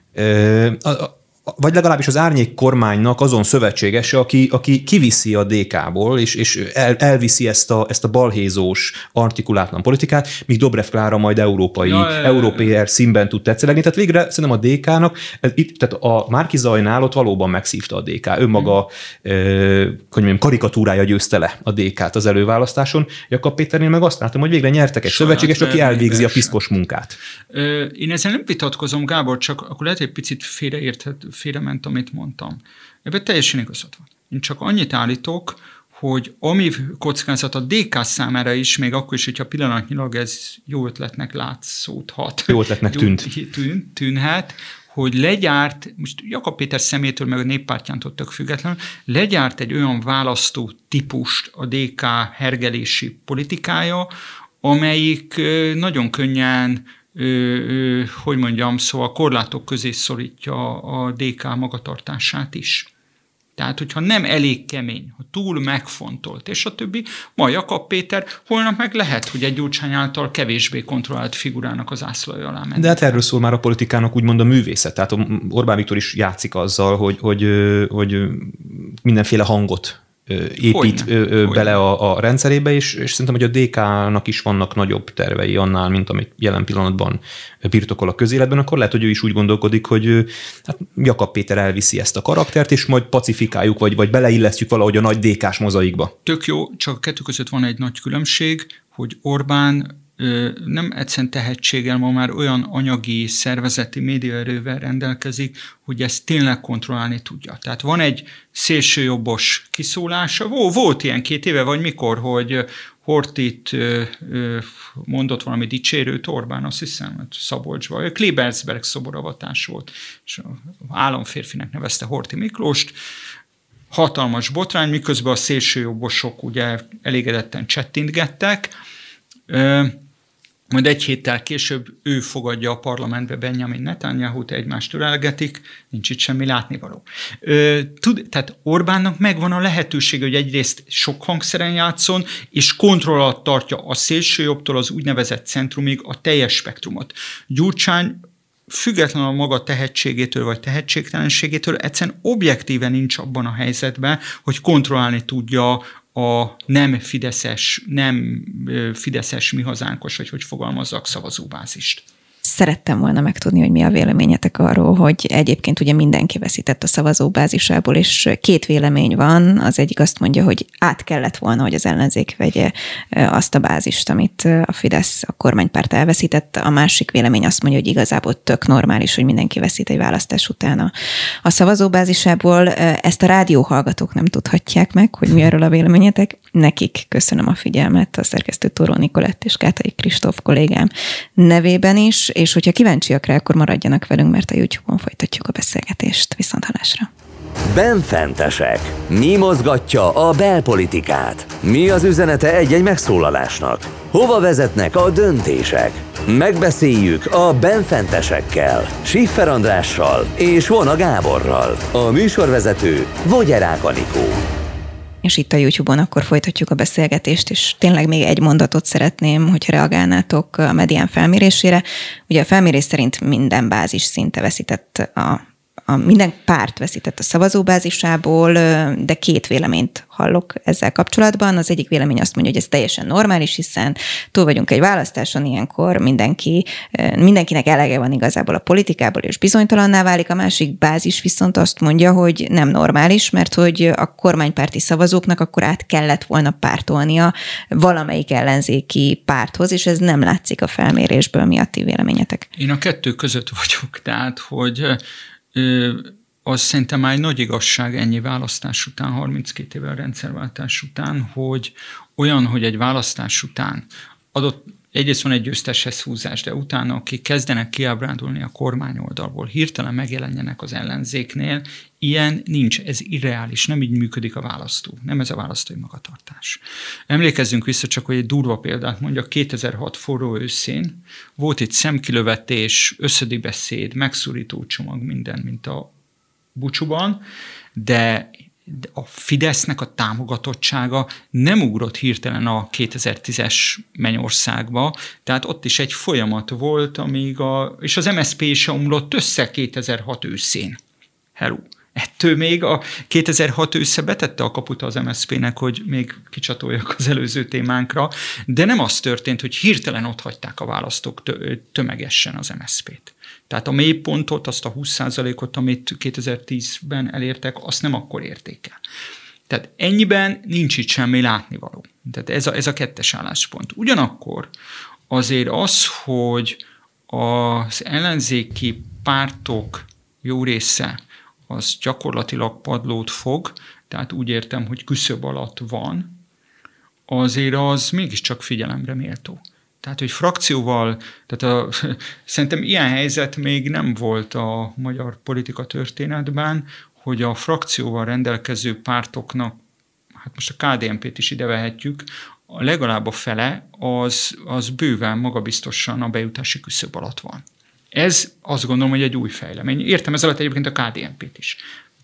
Vagy legalábbis az árnyék kormánynak azon szövetségese, aki kiviszi a DK-ból, és elviszi ezt a balhézós, artikulátlan politikát, míg Dobrev Klára majd európai színben tud tetszelegni. Tehát végre szerintem a DK-nak, tehát a Márki-Zajnál ott valóban megszívta a DK. Önmaga karikatúrája győzte le a DK-t az előválasztáson. Jakab Péternél meg azt látom, hogy végre nyertek egy szövetséges, aki elvégzi a piszkos munkát. Én ezzel nem vitatkozom, Gábor, csak akkor lehet, hogy picit félrement, amit mondtam. Ebben teljesen igazad van. Én csak annyit állítok, hogy ami kockázat a DK számára is, még akkor is, hogyha pillanatnyilag ez jó ötletnek látszódhat. Jó ötletnek tűnhet, hogy legyárt, most Jakab Péter szemétől, meg a Néppártyántól tök függetlenül, legyárt egy olyan választó típust a DK hergelési politikája, amelyik nagyon könnyen hogy mondjam, szóval korlátok közé szorítja a DK magatartását is. Tehát, hogyha nem elég kemény, ha túl megfontolt, és a többi, ma Jakab Péter, holnap meg lehet, hogy egy Gyurcsány által kevésbé kontrollált figurának az ászlaja alá menni. De hát erről szól már a politikának úgymond a művészet. Tehát Orbán Viktor is játszik azzal, hogy mindenféle hangot épít bele a rendszerébe, és szerintem, hogy a DK-nak is vannak nagyobb tervei annál, mint amit jelen pillanatban birtokol a közéletben, akkor lehet, hogy ő is úgy gondolkodik, hogy hát Jakab Péter elviszi ezt a karaktert, és majd pacifikáljuk, vagy beleillesztjük valahogy a nagy DK-s mozaikba. Tök jó, csak a kettő között van egy nagy különbség, hogy Orbán nem egyszerűen tehetséggel, ma már olyan anyagi, szervezeti médiaerővel rendelkezik, hogy ezt tényleg kontrollálni tudja. Tehát van egy szélsőjobbos kiszólása, volt ilyen 2 éve, vagy mikor, hogy Horthyt mondott valami dicsérőt Orbán, azt hiszem, Szabolcsban. Klebersberg szoboravatás volt, és államférfinek nevezte Horthy Miklóst. Hatalmas botrány, miközben a szélsőjobbosok ugye elégedetten csettintgettek. Majd egy héttel később ő fogadja a parlamentbe Benjamin Netanyahut, egymást türelgetik, nincs itt semmi látnivaló. Tehát Orbánnak megvan a lehetősége, hogy egyrészt sok hangszeren játszon, és kontroll alatt tartja a szélsőjobbtól az úgynevezett centrumig a teljes spektrumot. Gyurcsány függetlenül a maga tehetségétől vagy tehetségtelenségétől egyszerűen objektíven nincs abban a helyzetben, hogy kontrollálni tudja a nem fideszes mi hazánkos, vagy hogy fogalmazzak, szavazóbázist. Szerettem volna megtudni, hogy mi a véleményetek arról, hogy egyébként ugye mindenki veszített a szavazóbázisából, és 2 vélemény van. Az egyik azt mondja, hogy át kellett volna, hogy az ellenzék vegye azt a bázist, amit a Fidesz, a kormánypárt elveszített. A másik vélemény azt mondja, hogy igazából tök normális, hogy mindenki veszít egy választás után a szavazóbázisából. Ezt a rádióhallgatók nem tudhatják meg, hogy mi erről a véleményetek. Nekik köszönöm a figyelmet, a szerkesztő Tóró Nikolett és Kátai Kristóf kollégám nevében is, és hogyha kíváncsiak rá, akkor maradjanak velünk, mert a YouTube-on folytatjuk a beszélgetést. Viszonthallásra! Benfentesek. Mi mozgatja a belpolitikát? Mi az üzenete egy-egy megszólalásnak? Hova vezetnek a döntések? Megbeszéljük a benfentesekkel, Schiffer Andrással és Vona Gáborral. A műsorvezető Vogyerák Anikó. És itt a YouTube-on akkor folytatjuk a beszélgetést, és tényleg még egy mondatot szeretném, hogyha reagálnátok a Medián felmérésére. Ugye a felmérés szerint minden bázis szinte veszített minden párt veszített a szavazóbázisából, de 2 véleményt hallok ezzel kapcsolatban. Az egyik vélemény azt mondja, hogy ez teljesen normális, hiszen túl vagyunk egy választáson, ilyenkor mindenkinek elege van igazából a politikából, és bizonytalanná válik. A másik bázis viszont azt mondja, hogy nem normális, mert hogy a kormánypárti szavazóknak akkor át kellett volna pártolnia valamelyik ellenzéki párthoz, és ez nem látszik a felmérésből. Mi a ti véleményetek? Én a 2 között vagyok, tehát, hogy az szerintem már egy nagy igazság ennyi választás után, 32 évvel rendszerváltás után, hogy olyan, hogy egy választás után egyrészt van egy győzteshez húzás, de utána, akik kezdenek kiábrándulni a kormányoldalból, hirtelen megjelenjenek az ellenzéknél, ilyen nincs, ez irreális, nem így működik a választó, nem ez a választói magatartás. Emlékezzünk vissza csak, hogy egy durva példát mondjak, 2006 forró őszén volt itt szemkilövetés, összödi beszéd, megszorító csomag, minden, mint a Bucsuban, de a Fidesznek a támogatottsága nem ugrott hirtelen a 2010-es Mennyországba, tehát ott is egy folyamat volt, és az MSZP is omlott össze 2006 őszén. Hello. Ettől még a 2006 ősze betette a kaput az MSZP-nek, hogy még kicsatoljak az előző témánkra, de nem az történt, hogy hirtelen ott hagyták a választók tömegesen az MSZP-t. Tehát a mélypontot, azt a 20%-ot, amit 2010-ben elértek, azt nem akkor érték el. Tehát ennyiben nincs itt semmi látnivaló. Tehát ez a 2. álláspont. Ugyanakkor azért az, hogy az ellenzéki pártok jó része az gyakorlatilag padlót fog, tehát úgy értem, hogy küszöb alatt van, azért az mégiscsak figyelemre méltó. Tehát, hogy frakcióval, szerintem ilyen helyzet még nem volt a magyar politika történetben, hogy a frakcióval rendelkező pártoknak, hát most a KDNP-t is ide vehetjük, legalább a fele az bőven magabiztosan a bejutási küszöb alatt van. Ez azt gondolom, hogy egy új fejlemény. Értem ez alatt egyébként a KDNP-t is.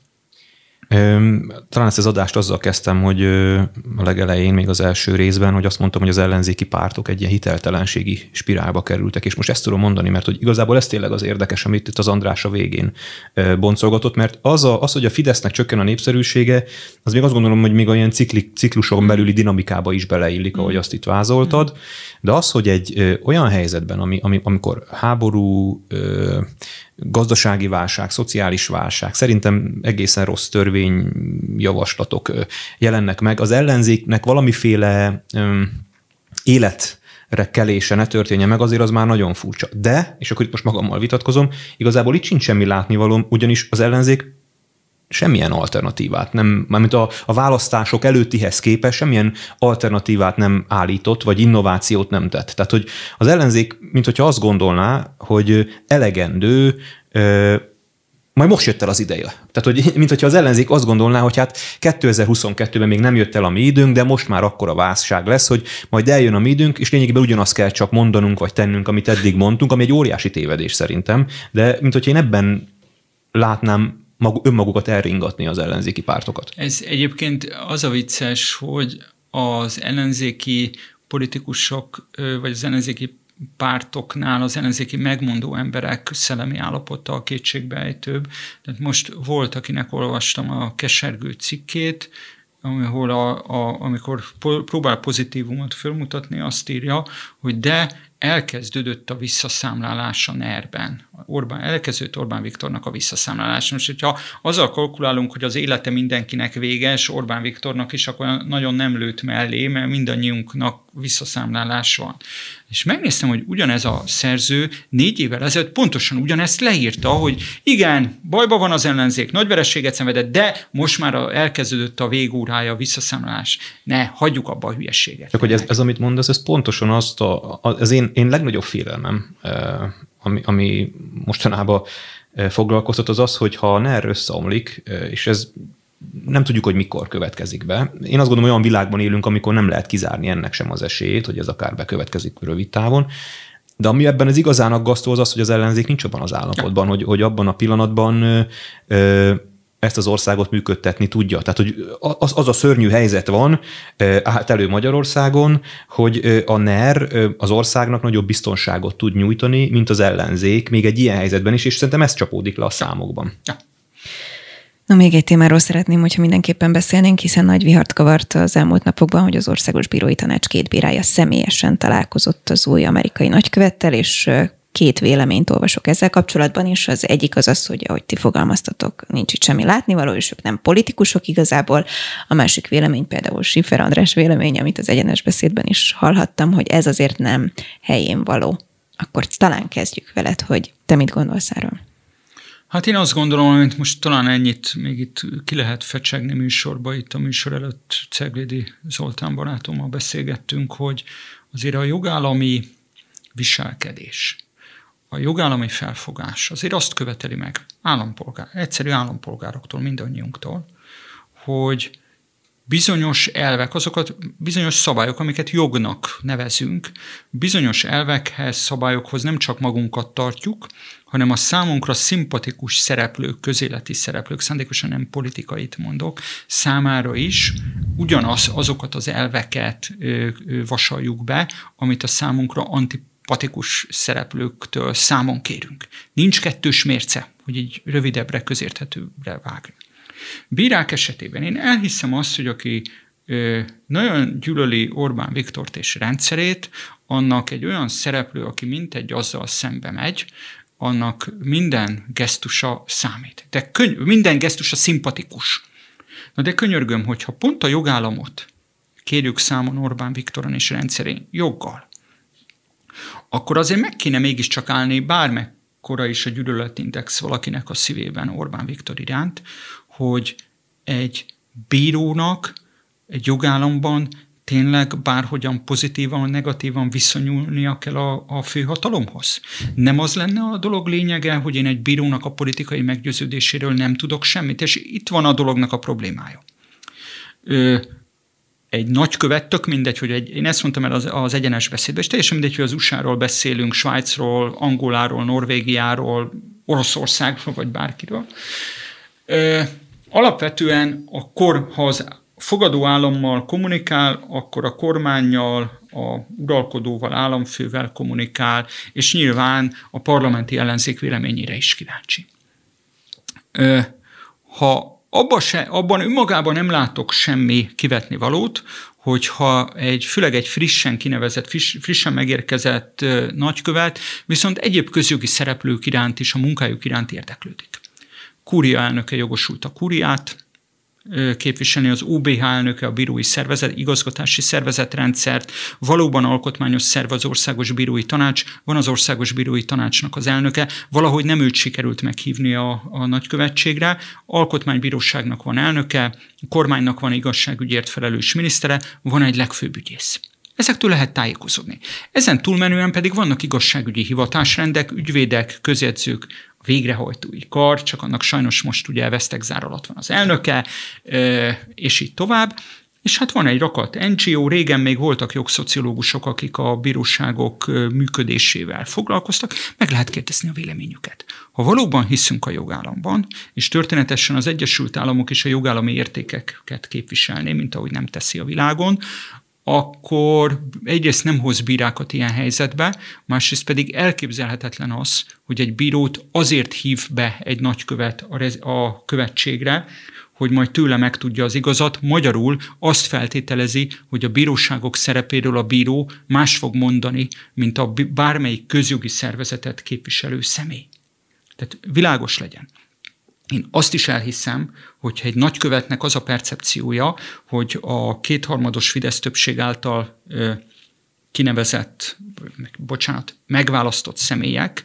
Talán ezt az adást azzal kezdtem, hogy a legelején, még az első részben, hogy azt mondtam, hogy az ellenzéki pártok egy ilyen hiteltelenségi spirálba kerültek, és most ezt tudom mondani, mert hogy igazából ez tényleg az érdekes, amit itt az András a végén boncolgatott, mert az, hogy a Fidesznek csökken a népszerűsége, az még azt gondolom, hogy még olyan cikluson belüli dinamikába is beleillik, ahogy azt itt vázoltad, de az, hogy egy olyan helyzetben, amikor háború, gazdasági válság, szociális válság, szerintem egészen rossz javaslatok jelennek meg. Az ellenzéknek valamiféle kelése ne történje meg, azért az már nagyon furcsa. De, és akkor itt most magammal vitatkozom, igazából itt sincs semmi látnivalóm, ugyanis az ellenzék semmilyen alternatívát nem, mármint a választások előttihez képest semmilyen alternatívát nem állított, vagy innovációt nem tett. Tehát, hogy az ellenzék, mint hogyha azt gondolná, hogy elegendő, majd most jött el az ideje. Tehát, hogy mint hogyha az ellenzék azt gondolná, hogy hát 2022-ben még nem jött el a mi időnk, de most már akkora válság lesz, hogy majd eljön a mi időnk, és lényegében ugyanazt kell csak mondanunk, vagy tennünk, amit eddig mondtunk, ami egy óriási tévedés szerintem. De mint hogyha én ebben látnám önmagukat elringatni az ellenzéki pártokat. Ez egyébként az a vicces, hogy az ellenzéki politikusok, vagy az ellenzéki pártoknál az ellenzéki megmondó emberek szellemi állapota a kétségbeejtőbb. Tehát most volt, akinek olvastam a Kesergő cikkét, ahol amikor próbál pozitívumot fölmutatni, azt írja, hogy de elkezdődött a visszaszámlálás a NER-ben. Elkezdődött Orbán Viktornak a visszaszámlálás. Most, hogyha azzal kalkulálunk, hogy az élete mindenkinek véges, Orbán Viktornak is, akkor nagyon nem lőtt mellé, mert mindannyiunknak visszaszámlálás van. És megnéztem, hogy ugyanez a szerző 4 évvel ezelőtt pontosan ugyanezt leírta, hogy igen, bajba van az ellenzék, nagy vereséget szenvedett, de most már elkezdődött a végórája, a visszaszámlálás. Ne, hagyjuk abba a hülyeséget. Csak hogy ez amit mondasz, ez pontosan az én legnagyobb félelmem, ami mostanában foglalkoztat, az, hogy ha a NER összeomlik, és ez nem tudjuk, hogy mikor következik be. Én azt gondolom, olyan világban élünk, amikor nem lehet kizárni ennek sem az esélyét, hogy ez akár bekövetkezik rövid távon. De ami ebben az igazán aggasztó az, hogy az ellenzék nincs abban az állapotban, hogy abban a pillanatban ezt az országot működtetni tudja. Tehát, hogy az a szörnyű helyzet van állt elő Magyarországon, hogy a NER az országnak nagyobb biztonságot tud nyújtani, mint az ellenzék, még egy ilyen helyzetben is, és szerintem ez csapódik le a számokban. Ja. Na, még egy témáról szeretném, hogyha mindenképpen beszélnénk, hiszen nagy vihart kavart az elmúlt napokban, hogy az Országos Bírói Tanács 2 bírája személyesen találkozott az új amerikai nagykövettel, és 2 véleményt olvasok ezzel kapcsolatban is. Az egyik az, hogy ahogy ti fogalmaztatok, nincs itt semmi látnivaló, és ők nem politikusok igazából. A másik vélemény például Schiffer András vélemény, amit az Egyenes Beszédben is hallhattam, hogy ez azért nem helyén való. Akkor talán kezdjük veled, hogy te mit gondolsz erről? Hát én azt gondolom, hogy most talán ennyit még itt ki lehet fecsegni műsorba, itt a műsor előtt Ceglédi Zoltán barátommal beszélgettünk, hogy azért a jogállami viselkedés, a jogállami felfogás azért azt követeli meg egyszerű állampolgároktól, mindannyiunktól, hogy bizonyos elvek, azokat bizonyos szabályok, amiket jognak nevezünk, bizonyos elvekhez, szabályokhoz nem csak magunkat tartjuk, hanem a számunkra szimpatikus szereplők, közéleti szereplők, szándékosan nem politikait mondok, számára is azokat az elveket vasaljuk be, amit a számunkra antipatikus szereplőktől számon kérünk. Nincs kettős mérce, hogy így rövidebbre, közérthetőbbre vágni. Bírák esetében én elhiszem azt, hogy aki nagyon gyűlöli Orbán Viktort és rendszerét, annak egy olyan szereplő, aki mintegy azzal szembe megy, annak minden gesztusa számít. De minden gesztusa szimpatikus. Na de könyörgöm, hogyha pont a jogállamot kérjük számon Orbán Viktoron és rendszerén joggal, akkor azért meg kéne mégiscsak állni bármekkora is a gyűlöletindex valakinek a szívében Orbán Viktor iránt, hogy egy bírónak egy jogállamban tényleg bárhogyan pozitívan, negatívan viszonyulnia kell a főhatalomhoz. Nem az lenne a dolog lényege, hogy én egy bírónak a politikai meggyőződéséről nem tudok semmit, és itt van a dolognak a problémája. Egy nagykövet, tök mindegy, hogy én ezt mondtam el az Egyenes Beszédben, és teljesen mindegy, hogy az USA-ról beszélünk, Svájcról, Angoláról, Norvégiáról, Oroszországról, vagy bárkiről. Alapvetően ha az fogadó állammal kommunikál, akkor a kormánnyal, a uralkodóval, államfővel kommunikál, és nyilván a parlamenti ellenzék véleményére is kíváncsi. Ha abban önmagában nem látok semmi kivetni valót, hogyha főleg egy frissen kinevezett, frissen megérkezett nagykövet, viszont egyéb közjogi szereplők iránt is, a munkájuk iránt érdeklődik. Kúria elnöke jogosult a kúriát képviselni, az OBH elnöke a bírói szervezet, igazgatási szervezetrendszert, valóban alkotmányos szerv az Országos Bírói Tanács, van az Országos Bírói Tanácsnak az elnöke, valahogy nem őt sikerült meghívni a nagykövetségre, alkotmánybíróságnak van elnöke, a kormánynak van igazságügyért felelős minisztere, van egy legfőbb ügyész. Ezektől lehet tájékozódni. Ezen túlmenően pedig vannak igazságügyi hivatásrendek, ügyvédek, közjegyzők, a végrehajtói kar, csak annak sajnos most ugye vesztegzár alatt van az elnöke, és így tovább. És hát van egy rakat NGO, régen még voltak jogszociológusok, akik a bíróságok működésével foglalkoztak, meg lehet kérdezni a véleményüket. Ha valóban hiszünk a jogállamban, és történetesen az Egyesült Államok is a jogállami értékeket képviselné, mint ahogy nem teszi a világon, akkor egyrészt nem hoz bírákat ilyen helyzetbe, másrészt pedig elképzelhetetlen az, hogy egy bírót azért hív be egy nagykövet a követségre, hogy majd tőle megtudja az igazat, magyarul azt feltételezi, hogy a bíróságok szerepéről a bíró más fog mondani, mint a bármelyik közjogi szervezetet képviselő személy. Tehát világos legyen. Én azt is elhiszem, hogyha egy nagykövetnek az a percepciója, hogy a kétharmados Fidesz többség által megválasztott személyek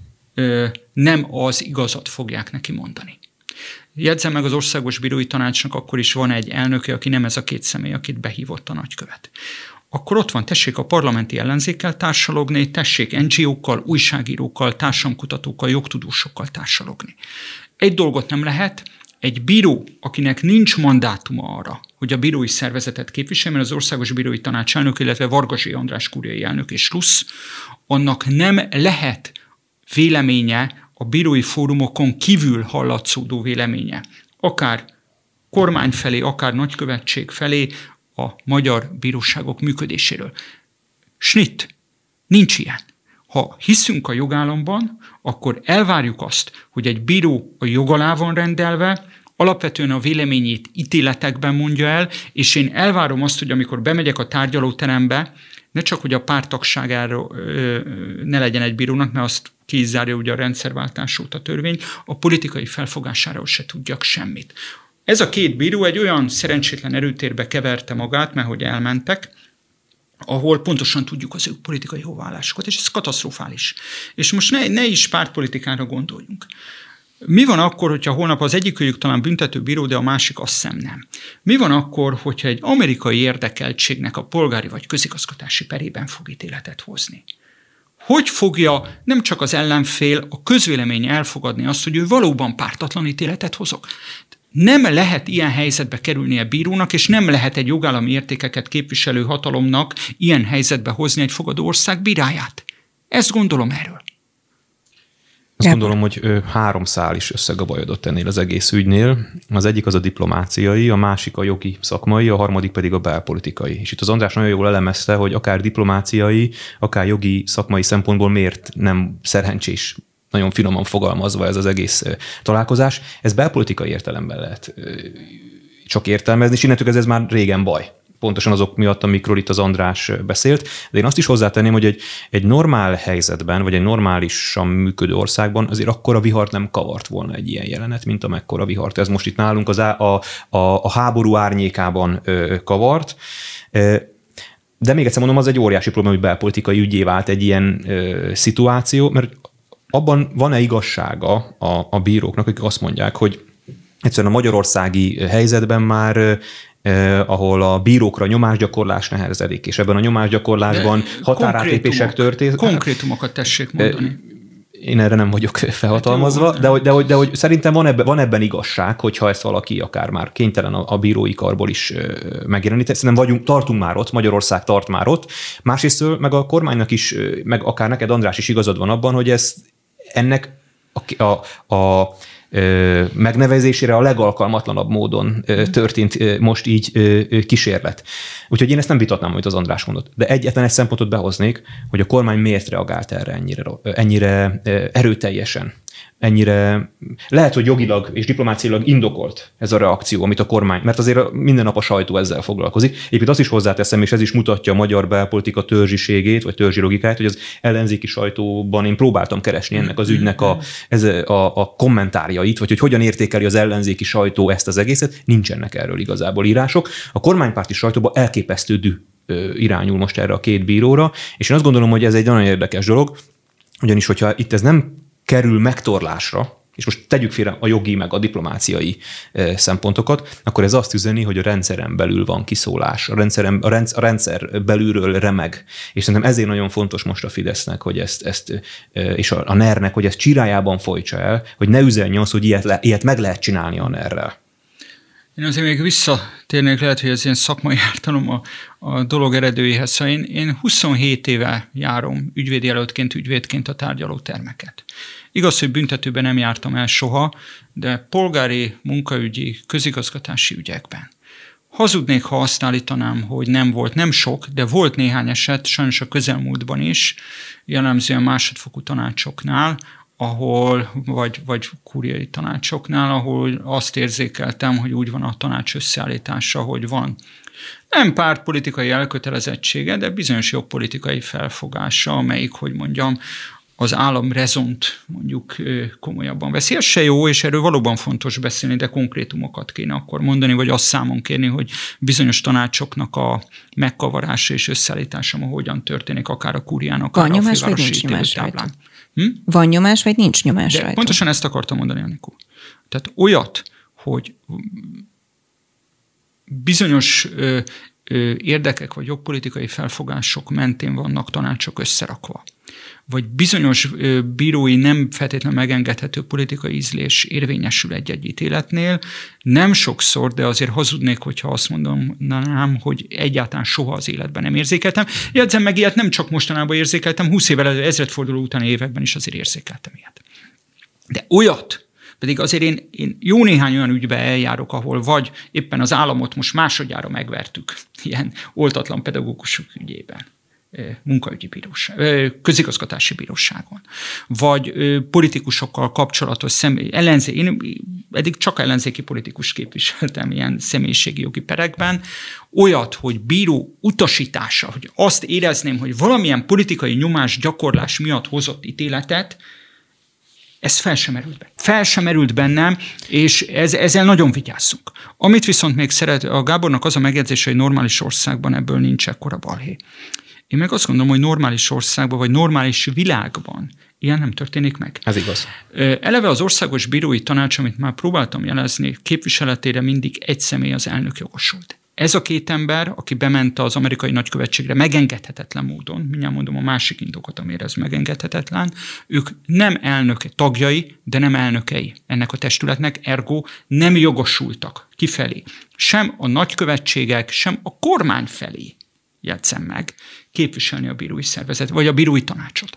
nem az igazat fogják neki mondani. Jegyzem meg, az Országos Bírói Tanácsnak akkor is van egy elnöke, aki nem ez a két személy, akit behívott a nagykövet. Akkor ott van, tessék a parlamenti ellenzékkel társalogni, tessék NGO-kkal, újságírókkal, társadalomkutatókkal, jogtudósokkal társalogni. Egy dolgot nem lehet, egy bíró, akinek nincs mandátuma arra, hogy a bírói szervezetet képviselje, mert az Országos Bírói Tanács elnök, illetve Varga András kúriai elnök és plusz, annak nem lehet véleménye a bírói fórumokon kívül hallatszódó véleménye. Akár kormány felé, akár nagykövetség felé a magyar bíróságok működéséről. Schnitt. Nincs ilyen. Ha hiszünk a jogállamban, akkor elvárjuk azt, hogy egy bíró a jog alá van rendelve, alapvetően a véleményét ítéletekben mondja el, és én elvárom azt, hogy amikor bemegyek a tárgyalóterembe, ne csak, hogy a párttagságáról ne legyen egy bírónak, mert azt kizárja ugye a rendszerváltás óta törvény, a politikai felfogásáról se tudjak semmit. Ez a két bíró egy olyan szerencsétlen erőtérbe keverte magát, mert hogy elmentek, ahol pontosan tudjuk az ő politikai hovállásokat, és ez katasztrofális. És most ne is pártpolitikára gondoljunk. Mi van akkor, hogyha holnap az egyikőjük talán büntetőbíró, de a másik azt hiszem nem? Mi van akkor, hogyha egy amerikai érdekeltségnek a polgári vagy közigazgatási perében fog ítéletet hozni? Hogy fogja nem csak az ellenfél, a közvélemény elfogadni azt, hogy ő valóban pártatlan ítéletet hozok? Nem lehet ilyen helyzetbe kerülnie bírónak, és nem lehet egy jogállami értékeket képviselő hatalomnak ilyen helyzetbe hozni egy fogadó ország bíráját. Ezt gondolom erről. Azt gondolom, hogy 3 szál is összegabajodott ennél az egész ügynél. Az egyik az a diplomáciai, a másik a jogi szakmai, a harmadik pedig a belpolitikai. És itt az András nagyon jól elemezte, hogy akár diplomáciai, akár jogi szakmai szempontból miért nem szerencsés, nagyon finoman fogalmazva ez az egész találkozás. Ez belpolitikai értelemben lehet csak értelmezni, és innentől ez már régen baj. Pontosan azok miatt, amikről itt az András beszélt. De én azt is hozzátenném, hogy egy normál helyzetben, vagy egy normálisan működő országban azért akkora vihart nem kavart volna egy ilyen jelenet, mint amekkora vihart. Ez most itt nálunk a háború árnyékában kavart. De még egyszer mondom, az egy óriási probléma, hogy belpolitikai ügyé vált egy ilyen szituáció, mert abban van-e igazsága a bíróknak, akik azt mondják, hogy egyszerűen a magyarországi helyzetben már ahol a bírókra nyomásgyakorlás nehezedik, és ebben a nyomásgyakorlásban határátlépések történnek. Konkrétumokat tessék mondani. Én erre nem vagyok felhatalmazva, de hogy szerintem van ebben igazság, hogyha ezt valaki akár már kénytelen a bírói karból is megjeleníteni. Szerintem tartunk már ott, Magyarország tart már ott. Másrészt meg a kormánynak is, meg akár neked, András, is igazad van abban, hogy ennek a megnevezésére a legalkalmatlanabb módon történt most így kísérlet. Úgyhogy én ezt nem vitatnám, amit az András mondott. De egyetlen egy szempontot behoznék, hogy a kormány miért reagált erre ennyire erőteljesen. ennyire, lehet, hogy jogilag és diplomáciailag indokolt ez a reakció, amit a kormány, mert azért minden nap a sajtó ezzel foglalkozik. Egyébként azt is hozzáteszem, és ez is mutatja a magyar belpolitika törzsiségét, vagy törzsi logikáját, hogy az ellenzéki sajtóban én próbáltam keresni ennek az ügynek a kommentárjait, vagy hogy hogyan értékeli az ellenzéki sajtó ezt az egészet, nincsenek erről igazából írások. A kormánypárti sajtóban elképesztő düh irányul most erre a két bíróra, és én azt gondolom, hogy ez egy nagyon érdekes dolog, ugyanis hogyha itt ez nem kerül megtorlásra, és most tegyük félre a jogi meg a diplomáciai szempontokat, akkor ez azt üzeni, hogy a rendszeren belül van kiszólás, a rendszer belülről remeg. És szerintem ezért nagyon fontos most a Fidesznek, hogy ezt és a NER-nek, hogy ezt csirájában folytsa el, hogy ne üzenje azt, hogy ilyet meg lehet csinálni a NER-rel. Én azért még visszatérnék, lehet, hogy ez ilyen szakmai ártalom a dolog eredőjéhez. Szóval én 27 éve járom ügyvédjelöltként, ügyvédként a tárgyalótermeket. Igaz, hogy büntetőben nem jártam el soha, de polgári, munkaügyi, közigazgatási ügyekben. Hazudnék, ha azt állítanám, hogy nem volt, nem sok, de volt néhány eset, sajnos a közelmúltban is, jellemzően másodfokú tanácsoknál, ahol, vagy kúriai tanácsoknál, ahol azt érzékeltem, hogy úgy van a tanács összeállítása, hogy van nem pártpolitikai elkötelezettsége, de bizonyos jogpolitikai felfogása, amelyik, hogy mondjam, az állam rezont mondjuk komolyabban veszi. Ez se jó, és erről valóban fontos beszélni, de konkrétumokat kéne akkor mondani, vagy azt számon kérni, hogy bizonyos tanácsoknak a megkavarása és összeállítása hogyan történik, akár a kúriának, akár a fővárosi ítélőtáblán. Van nyomás, vagy nincs nyomás rajta? Pontosan ezt akartam mondani, Anikó. Tehát olyat, hogy bizonyos érdekek vagy jogpolitikai felfogások mentén vannak tanácsok összerakva, vagy bizonyos bírói nem feltétlenül megengedhető politikai ízlés érvényesül egy-egy ítéletnél, nem sokszor, de azért hazudnék, hogyha azt mondanám, hogy egyáltalán soha az életben nem érzékeltem. Jegyzem meg, ilyet nem csak mostanában érzékeltem, 20 évvel ezredforduló utáni években is azért érzékeltem ilyet. De olyat, pedig azért én jó néhány olyan ügybe eljárok, ahol vagy éppen az államot most másodjára megvertük, ilyen oltatlan pedagógusok ügyében, munkaügyi bíróság, közigazgatási bíróságon, vagy politikusokkal kapcsolatos én eddig csak ellenzéki politikus képviseltem ilyen személyiségi jogi perekben, olyat, hogy bíró utasítása, hogy azt érezném, hogy valamilyen politikai nyomás gyakorlás miatt hozott ítéletet, ez fel sem merült bennem, és ezzel nagyon vigyázzunk. Amit viszont még szeret, a Gábornak az a megjegyzése, hogy normális országban ebből nincs ekkora balhé. Én meg azt gondolom, hogy normális országban, vagy normális világban ilyen nem történik meg. Ez igaz. Eleve az Országos Bírói Tanács, amit már próbáltam jelezni, képviseletére mindig egy személy az elnök jogosult. Ez a két ember, aki bement az amerikai nagykövetségre megengedhetetlen módon, mindjárt mondom a másik indokat, amire ez megengedhetetlen, ők nem elnök tagjai, de nem elnökei ennek a testületnek, ergo nem jogosultak kifelé. Sem a nagykövetségek, sem a kormány felé, jegyzem meg, képviselni a bírói szervezet, vagy a bírói tanácsot.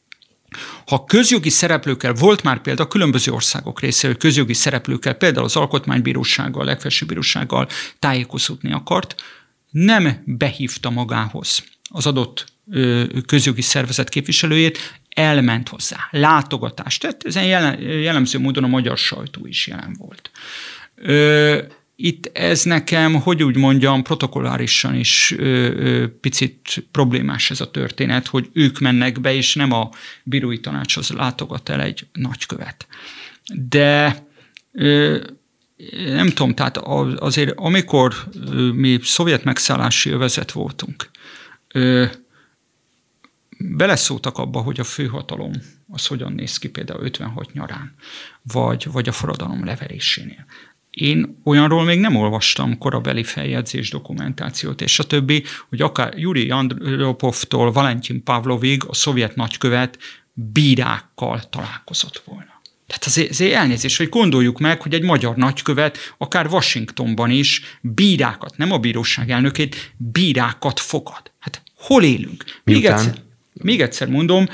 Ha közjogi szereplőkkel, volt már példa különböző országok részéről, közjogi szereplőkkel, például az Alkotmánybírósággal, a Legfelsőbb Bírósággal tájékozódni akart, nem behívta magához az adott közjogi szervezet képviselőjét, elment hozzá, látogatást tett, ezen jellemző módon a magyar sajtó is jelen volt. Itt ez nekem, hogy úgy mondjam, protokollárisan is picit problémás ez a történet, hogy ők mennek be, és nem a bírói tanácshoz látogat el egy nagykövet. De nem tudom, tehát azért amikor mi szovjet megszállási övezet voltunk, beleszóltak abba, hogy a főhatalom az hogyan néz ki például 56 nyarán, vagy a forradalom leverésénél. Én olyanról még nem olvastam korabeli feljegyzés, dokumentációt, és a többi, hogy akár Jurij Andropovtól Valentin Pavlovig a szovjet nagykövet bírákkal találkozott volna. Tehát azért elnézést, hogy gondoljuk meg, hogy egy magyar nagykövet akár Washingtonban is bírákat, nem a bíróság elnökét, bírákat fogad. Hát hol élünk? Még egyszer mondom,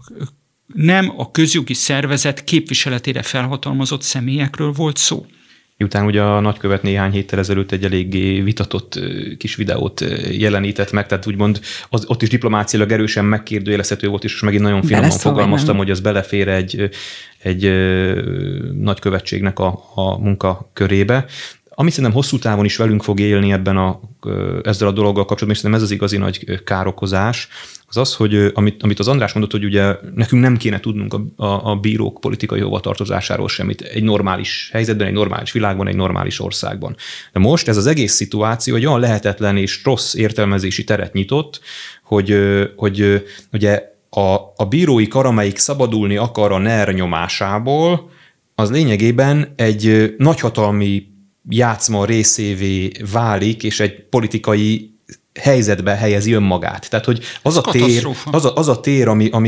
nem a közjogi szervezet képviseletére felhatalmazott személyekről volt szó. miután ugye a nagykövet néhány héttel ezelőtt egy eléggé vitatott kis videót jelenített meg, tehát úgymond ott is diplomáciailag erősen megkérdőjelezhető volt, és megint nagyon finoman fogalmaztam, hogy az belefér egy nagykövetségnek a munkakörébe. Ami szerintem hosszú távon is velünk fog élni ezzel a dologgal kapcsolatban, és szerintem ez az igazi nagy károkozás, az, hogy amit az András mondott, hogy ugye nekünk nem kéne tudnunk a bírók politikai hovatartozásáról semmit egy normális helyzetben, egy normális világban, egy normális országban. De most ez az egész szituáció egy olyan lehetetlen és rossz értelmezési teret nyitott, hogy ugye a bírói kar, amelyik szabadulni akar a NER nyomásából, az lényegében egy nagyhatalmi játszma részévé válik, és egy politikai helyzetbe helyezi önmagát. Tehát, hogy az a tér,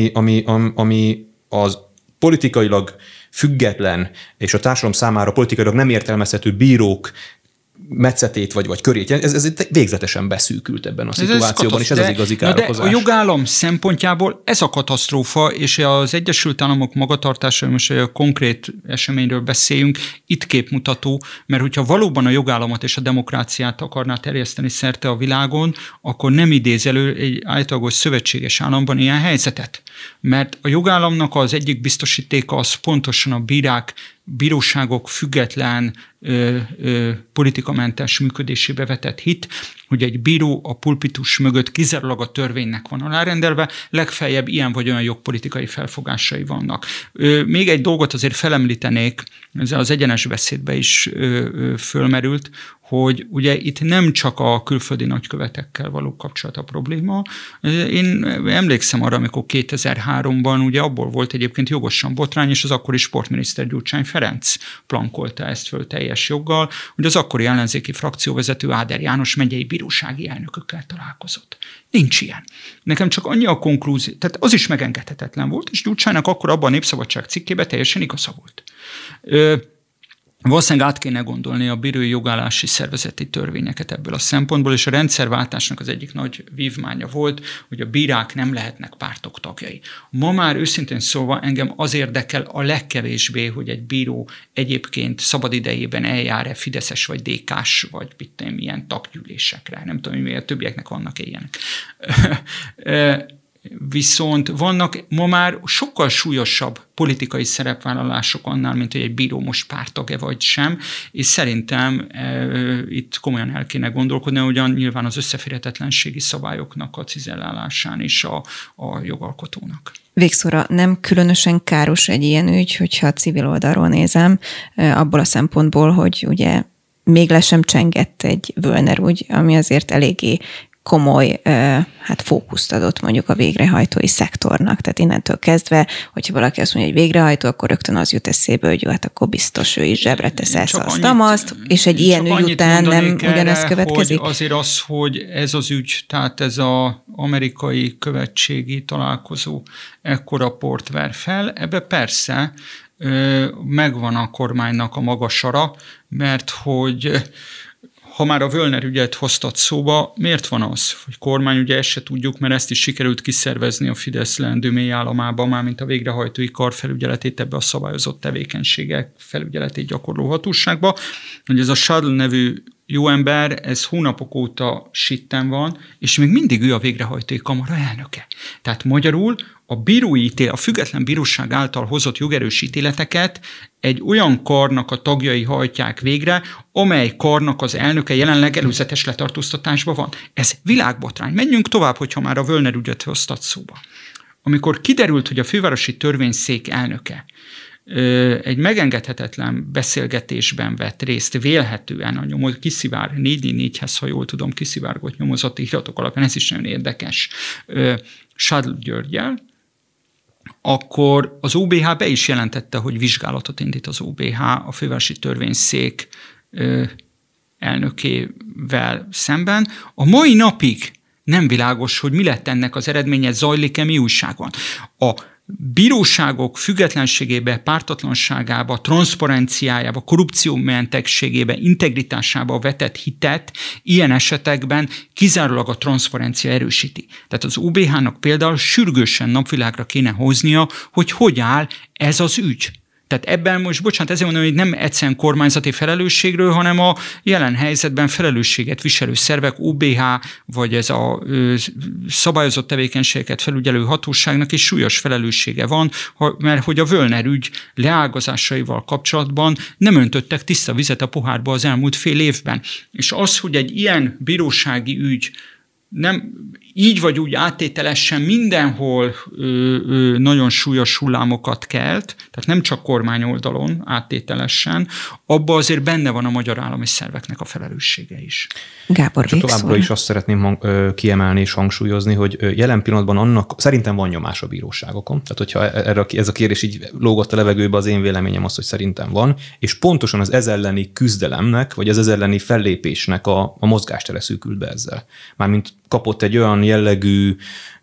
ami az politikailag független, és a társadalom számára politikailag nem értelmezhető bírók metszetét vagy körét, ez végzetesen beszűkült ebben a szituációban, és ez az igazi károkozás. De a jogállam szempontjából ez a katasztrófa, és az Egyesült Államok magatartása, most a konkrét eseményről beszéljünk, itt képmutató, mert hogyha valóban a jogállamot és a demokráciát akarná terjeszteni szerte a világon, akkor nem idéz elő egy általagos szövetséges államban ilyen helyzetet. Mert a jogállamnak az egyik biztosítéka az pontosan a bíróságok független, politikamentes működésébe vetett hit, hogy egy bíró a pulpitus mögött kizárólag a törvénynek van alárendelve, legfeljebb ilyen vagy olyan jogpolitikai felfogásai vannak. Még egy dolgot azért felemlítenék, ez az egyenes beszédbe is fölmerült, hogy ugye itt nem csak a külföldi nagykövetekkel való kapcsolat a probléma. Én emlékszem arra, amikor 2003-ban ugye abból volt egyébként jogosan botrány, és az akkori sportminiszter Gyurcsány Ferenc plankolta ezt föl teljes joggal, hogy az akkori ellenzéki frakcióvezető Áder János megyei bírósági elnökökkel találkozott. Nincs ilyen. Nekem csak annyi a konklúzió, tehát az is megengedhetetlen volt, és Gyurcsánynak akkor abban a Népszabadság cikkében teljesen igaza volt. Valószínűleg át kéne gondolni a bírói jogállási szervezeti törvényeket ebből a szempontból, és a rendszerváltásnak az egyik nagy vívmánya volt, hogy a bírák nem lehetnek pártok tagjai. Ma már őszintén szólva engem az érdekel a legkevésbé, hogy egy bíró egyébként szabadidejében eljár-e fideszes vagy DK-s, vagy milyen taggyűlésekre. Nem tudom, hogy miért többieknek vannak ilyenek. Viszont vannak ma már sokkal súlyosabb politikai szerepvállalások annál, mint hogy egy bíró most párttag-e vagy sem, és szerintem itt komolyan el kéne gondolkodni, ugyan nyilván az összeférhetetlenségi szabályoknak a cizellálásán is a jogalkotónak. Végszóra nem különösen káros egy ilyen ügy, hogyha a civil oldalról nézem, abból a szempontból, hogy ugye még le sem csengett egy Völner ügy, ami azért eléggé komoly fókuszt adott mondjuk a végrehajtói szektornak. Tehát innentől kezdve, hogyha valaki azt mondja, hogy végrehajtó, akkor rögtön az jut eszébe, hogy hát akkor biztos ő is zsebre tesz ezt, és egy ilyen ügy után nem ugyanezt következik. Hogy azért az, hogy ez az ügy, tehát ez az amerikai követségi találkozó ekkora port ver fel, ebbe persze megvan a kormánynak a maga sara, mert hogy ha már a Völner ügyet hoztat szóba, miért van az, hogy kormány, ugye ezt se tudjuk, mert ezt is sikerült kiszervezni a Fidesz leendő mélyállamában, mármint a végrehajtói kar felügyeletét ebbe a szabályozott tevékenységek felügyeletét gyakorló hatóságba, hogy ez a Schadl nevű jó ember, ez hónapok óta sitten van, és még mindig ő a végrehajtói kamara elnöke. Tehát magyarul a független bíróság által hozott jogerős ítéleteket egy olyan karnak a tagjai hajtják végre, amely karnak az elnöke jelenleg előzetes letartóztatásban van. Ez világbotrány. Menjünk tovább, hogyha már a Völner ügyet hoztat szóba. Amikor kiderült, hogy a fővárosi törvényszék elnöke egy megengedhetetlen beszélgetésben vett részt vélhetően a 444-hez, ha jól tudom, kiszivárgott nyomozati iratok alapján, ez is nagyon érdekes, Schadl Györggyel, akkor az OBH be is jelentette, hogy vizsgálatot indít az OBH a fővárosi törvényszék elnökével szemben. A mai napig nem világos, hogy mi lett ennek az eredménye, zajlik-e, mi újság van. A bíróságok függetlenségébe, pártatlanságába, transzparenciájába, korrupciómentegségébe, integritásába vetett hitet ilyen esetekben kizárólag a transzparencia erősíti. Tehát az OBH-nak például sürgősen napvilágra kéne hoznia, hogy áll ez az ügy. Tehát ebben most, bocsánat, ezért mondom, hogy nem egyszerűen kormányzati felelősségről, hanem a jelen helyzetben felelősséget viselő szervek, OBH, vagy ez a szabályozott tevékenységeket felügyelő hatóságnak is súlyos felelőssége van, mert hogy a Völner ügy leágazásaival kapcsolatban nem öntöttek tiszta vizet a pohárba az elmúlt fél évben. És az, hogy egy ilyen bírósági ügy nem így vagy úgy áttételesen mindenhol nagyon súlyos hullámokat kelt, tehát nem csak kormány oldalon áttételesen, abban azért benne van a magyar állami szerveknek a felelőssége is. Gábor, továbbra is azt szeretném kiemelni és hangsúlyozni, hogy jelen pillanatban annak szerintem van nyomás a bíróságokon. Tehát, hogyha ez a kérdés így lógott a levegőbe, az én véleményem az, hogy szerintem van, és pontosan az ez elleni küzdelemnek, vagy az ez elleni fellépésnek a mozgástere szűkült be ezzel. Mármint kapott egy olyan jellegű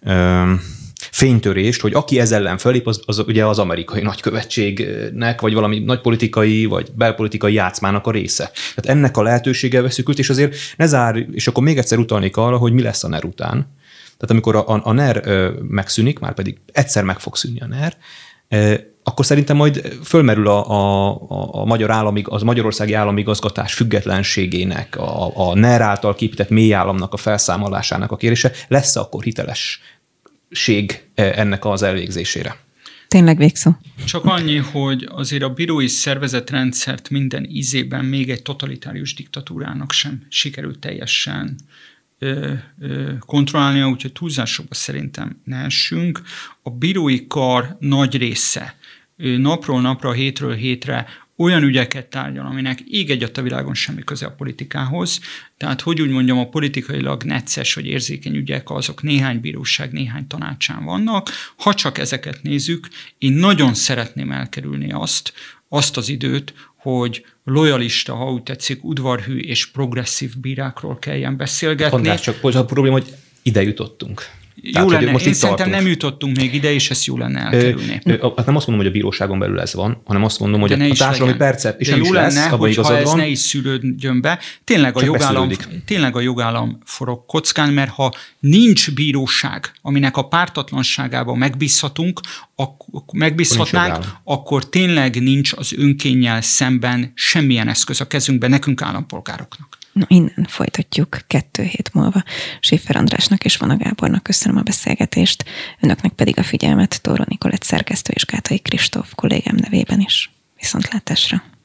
fénytörést, hogy aki ez ellen fellép, az ugye az amerikai nagykövetségnek, vagy valami nagypolitikai, vagy belpolitikai játszmának a része. Tehát ennek a lehetősége beszűkült, és azért ne zár, és akkor még egyszer utalnék arra, hogy mi lesz a NER után. Tehát amikor a NER megszűnik, már pedig egyszer meg fog szűnni a NER, akkor szerintem majd fölmerül a magyar az magyarországi államigazgatás függetlenségének, a NER által képített mélyállamnak a felszámolásának a kérése. Lesz akkor hitelesség ennek az elvégzésére? Tényleg végszó. Csak annyi, hogy azért a bírói szervezetrendszert minden ízében még egy totalitárius diktatúrának sem sikerült teljesen kontrollálnia, úgyhogy túlzásokba szerintem ne essünk. A bírói kar nagy része napról napra, hétről hétre olyan ügyeket tárgyal, aminek ég egyet a világon semmi köze a politikához. Tehát, hogy úgy mondjam, a politikailag necces vagy érzékeny ügyek azok néhány bíróság, néhány tanácsán vannak. Ha csak ezeket nézzük, én nagyon szeretném elkerülni azt az időt, hogy lojalista, ha úgy tetszik, udvarhű és progresszív bírákról kelljen beszélgetni. András, csak a probléma, hogy ide jutottunk. Jó Tehát, lenne, most én szerintem nem jutottunk még ide, és ezt jó lenne elkerülni. Hát nem azt mondom, hogy a bíróságon belül ez van, hanem azt mondom, hogy a társadalmi percep, és de nem jó is lesz, lenne, hogyha ez van. ne is szűrődjön be. Tényleg a jogállam forog kockán, mert ha nincs bíróság, aminek a pártatlanságában megbízhatnánk, akkor tényleg nincs az önkénnyel szemben semmilyen eszköz a kezünkben, nekünk állampolgároknak. Na, innen folytatjuk 2 hét múlva. Schiffer Andrásnak és Vona Gábornak köszönöm a beszélgetést, önöknek pedig a figyelmet, Tóró Nikolett szerkesztő és Gátai Kristóf kollégám nevében is. Viszontlátásra!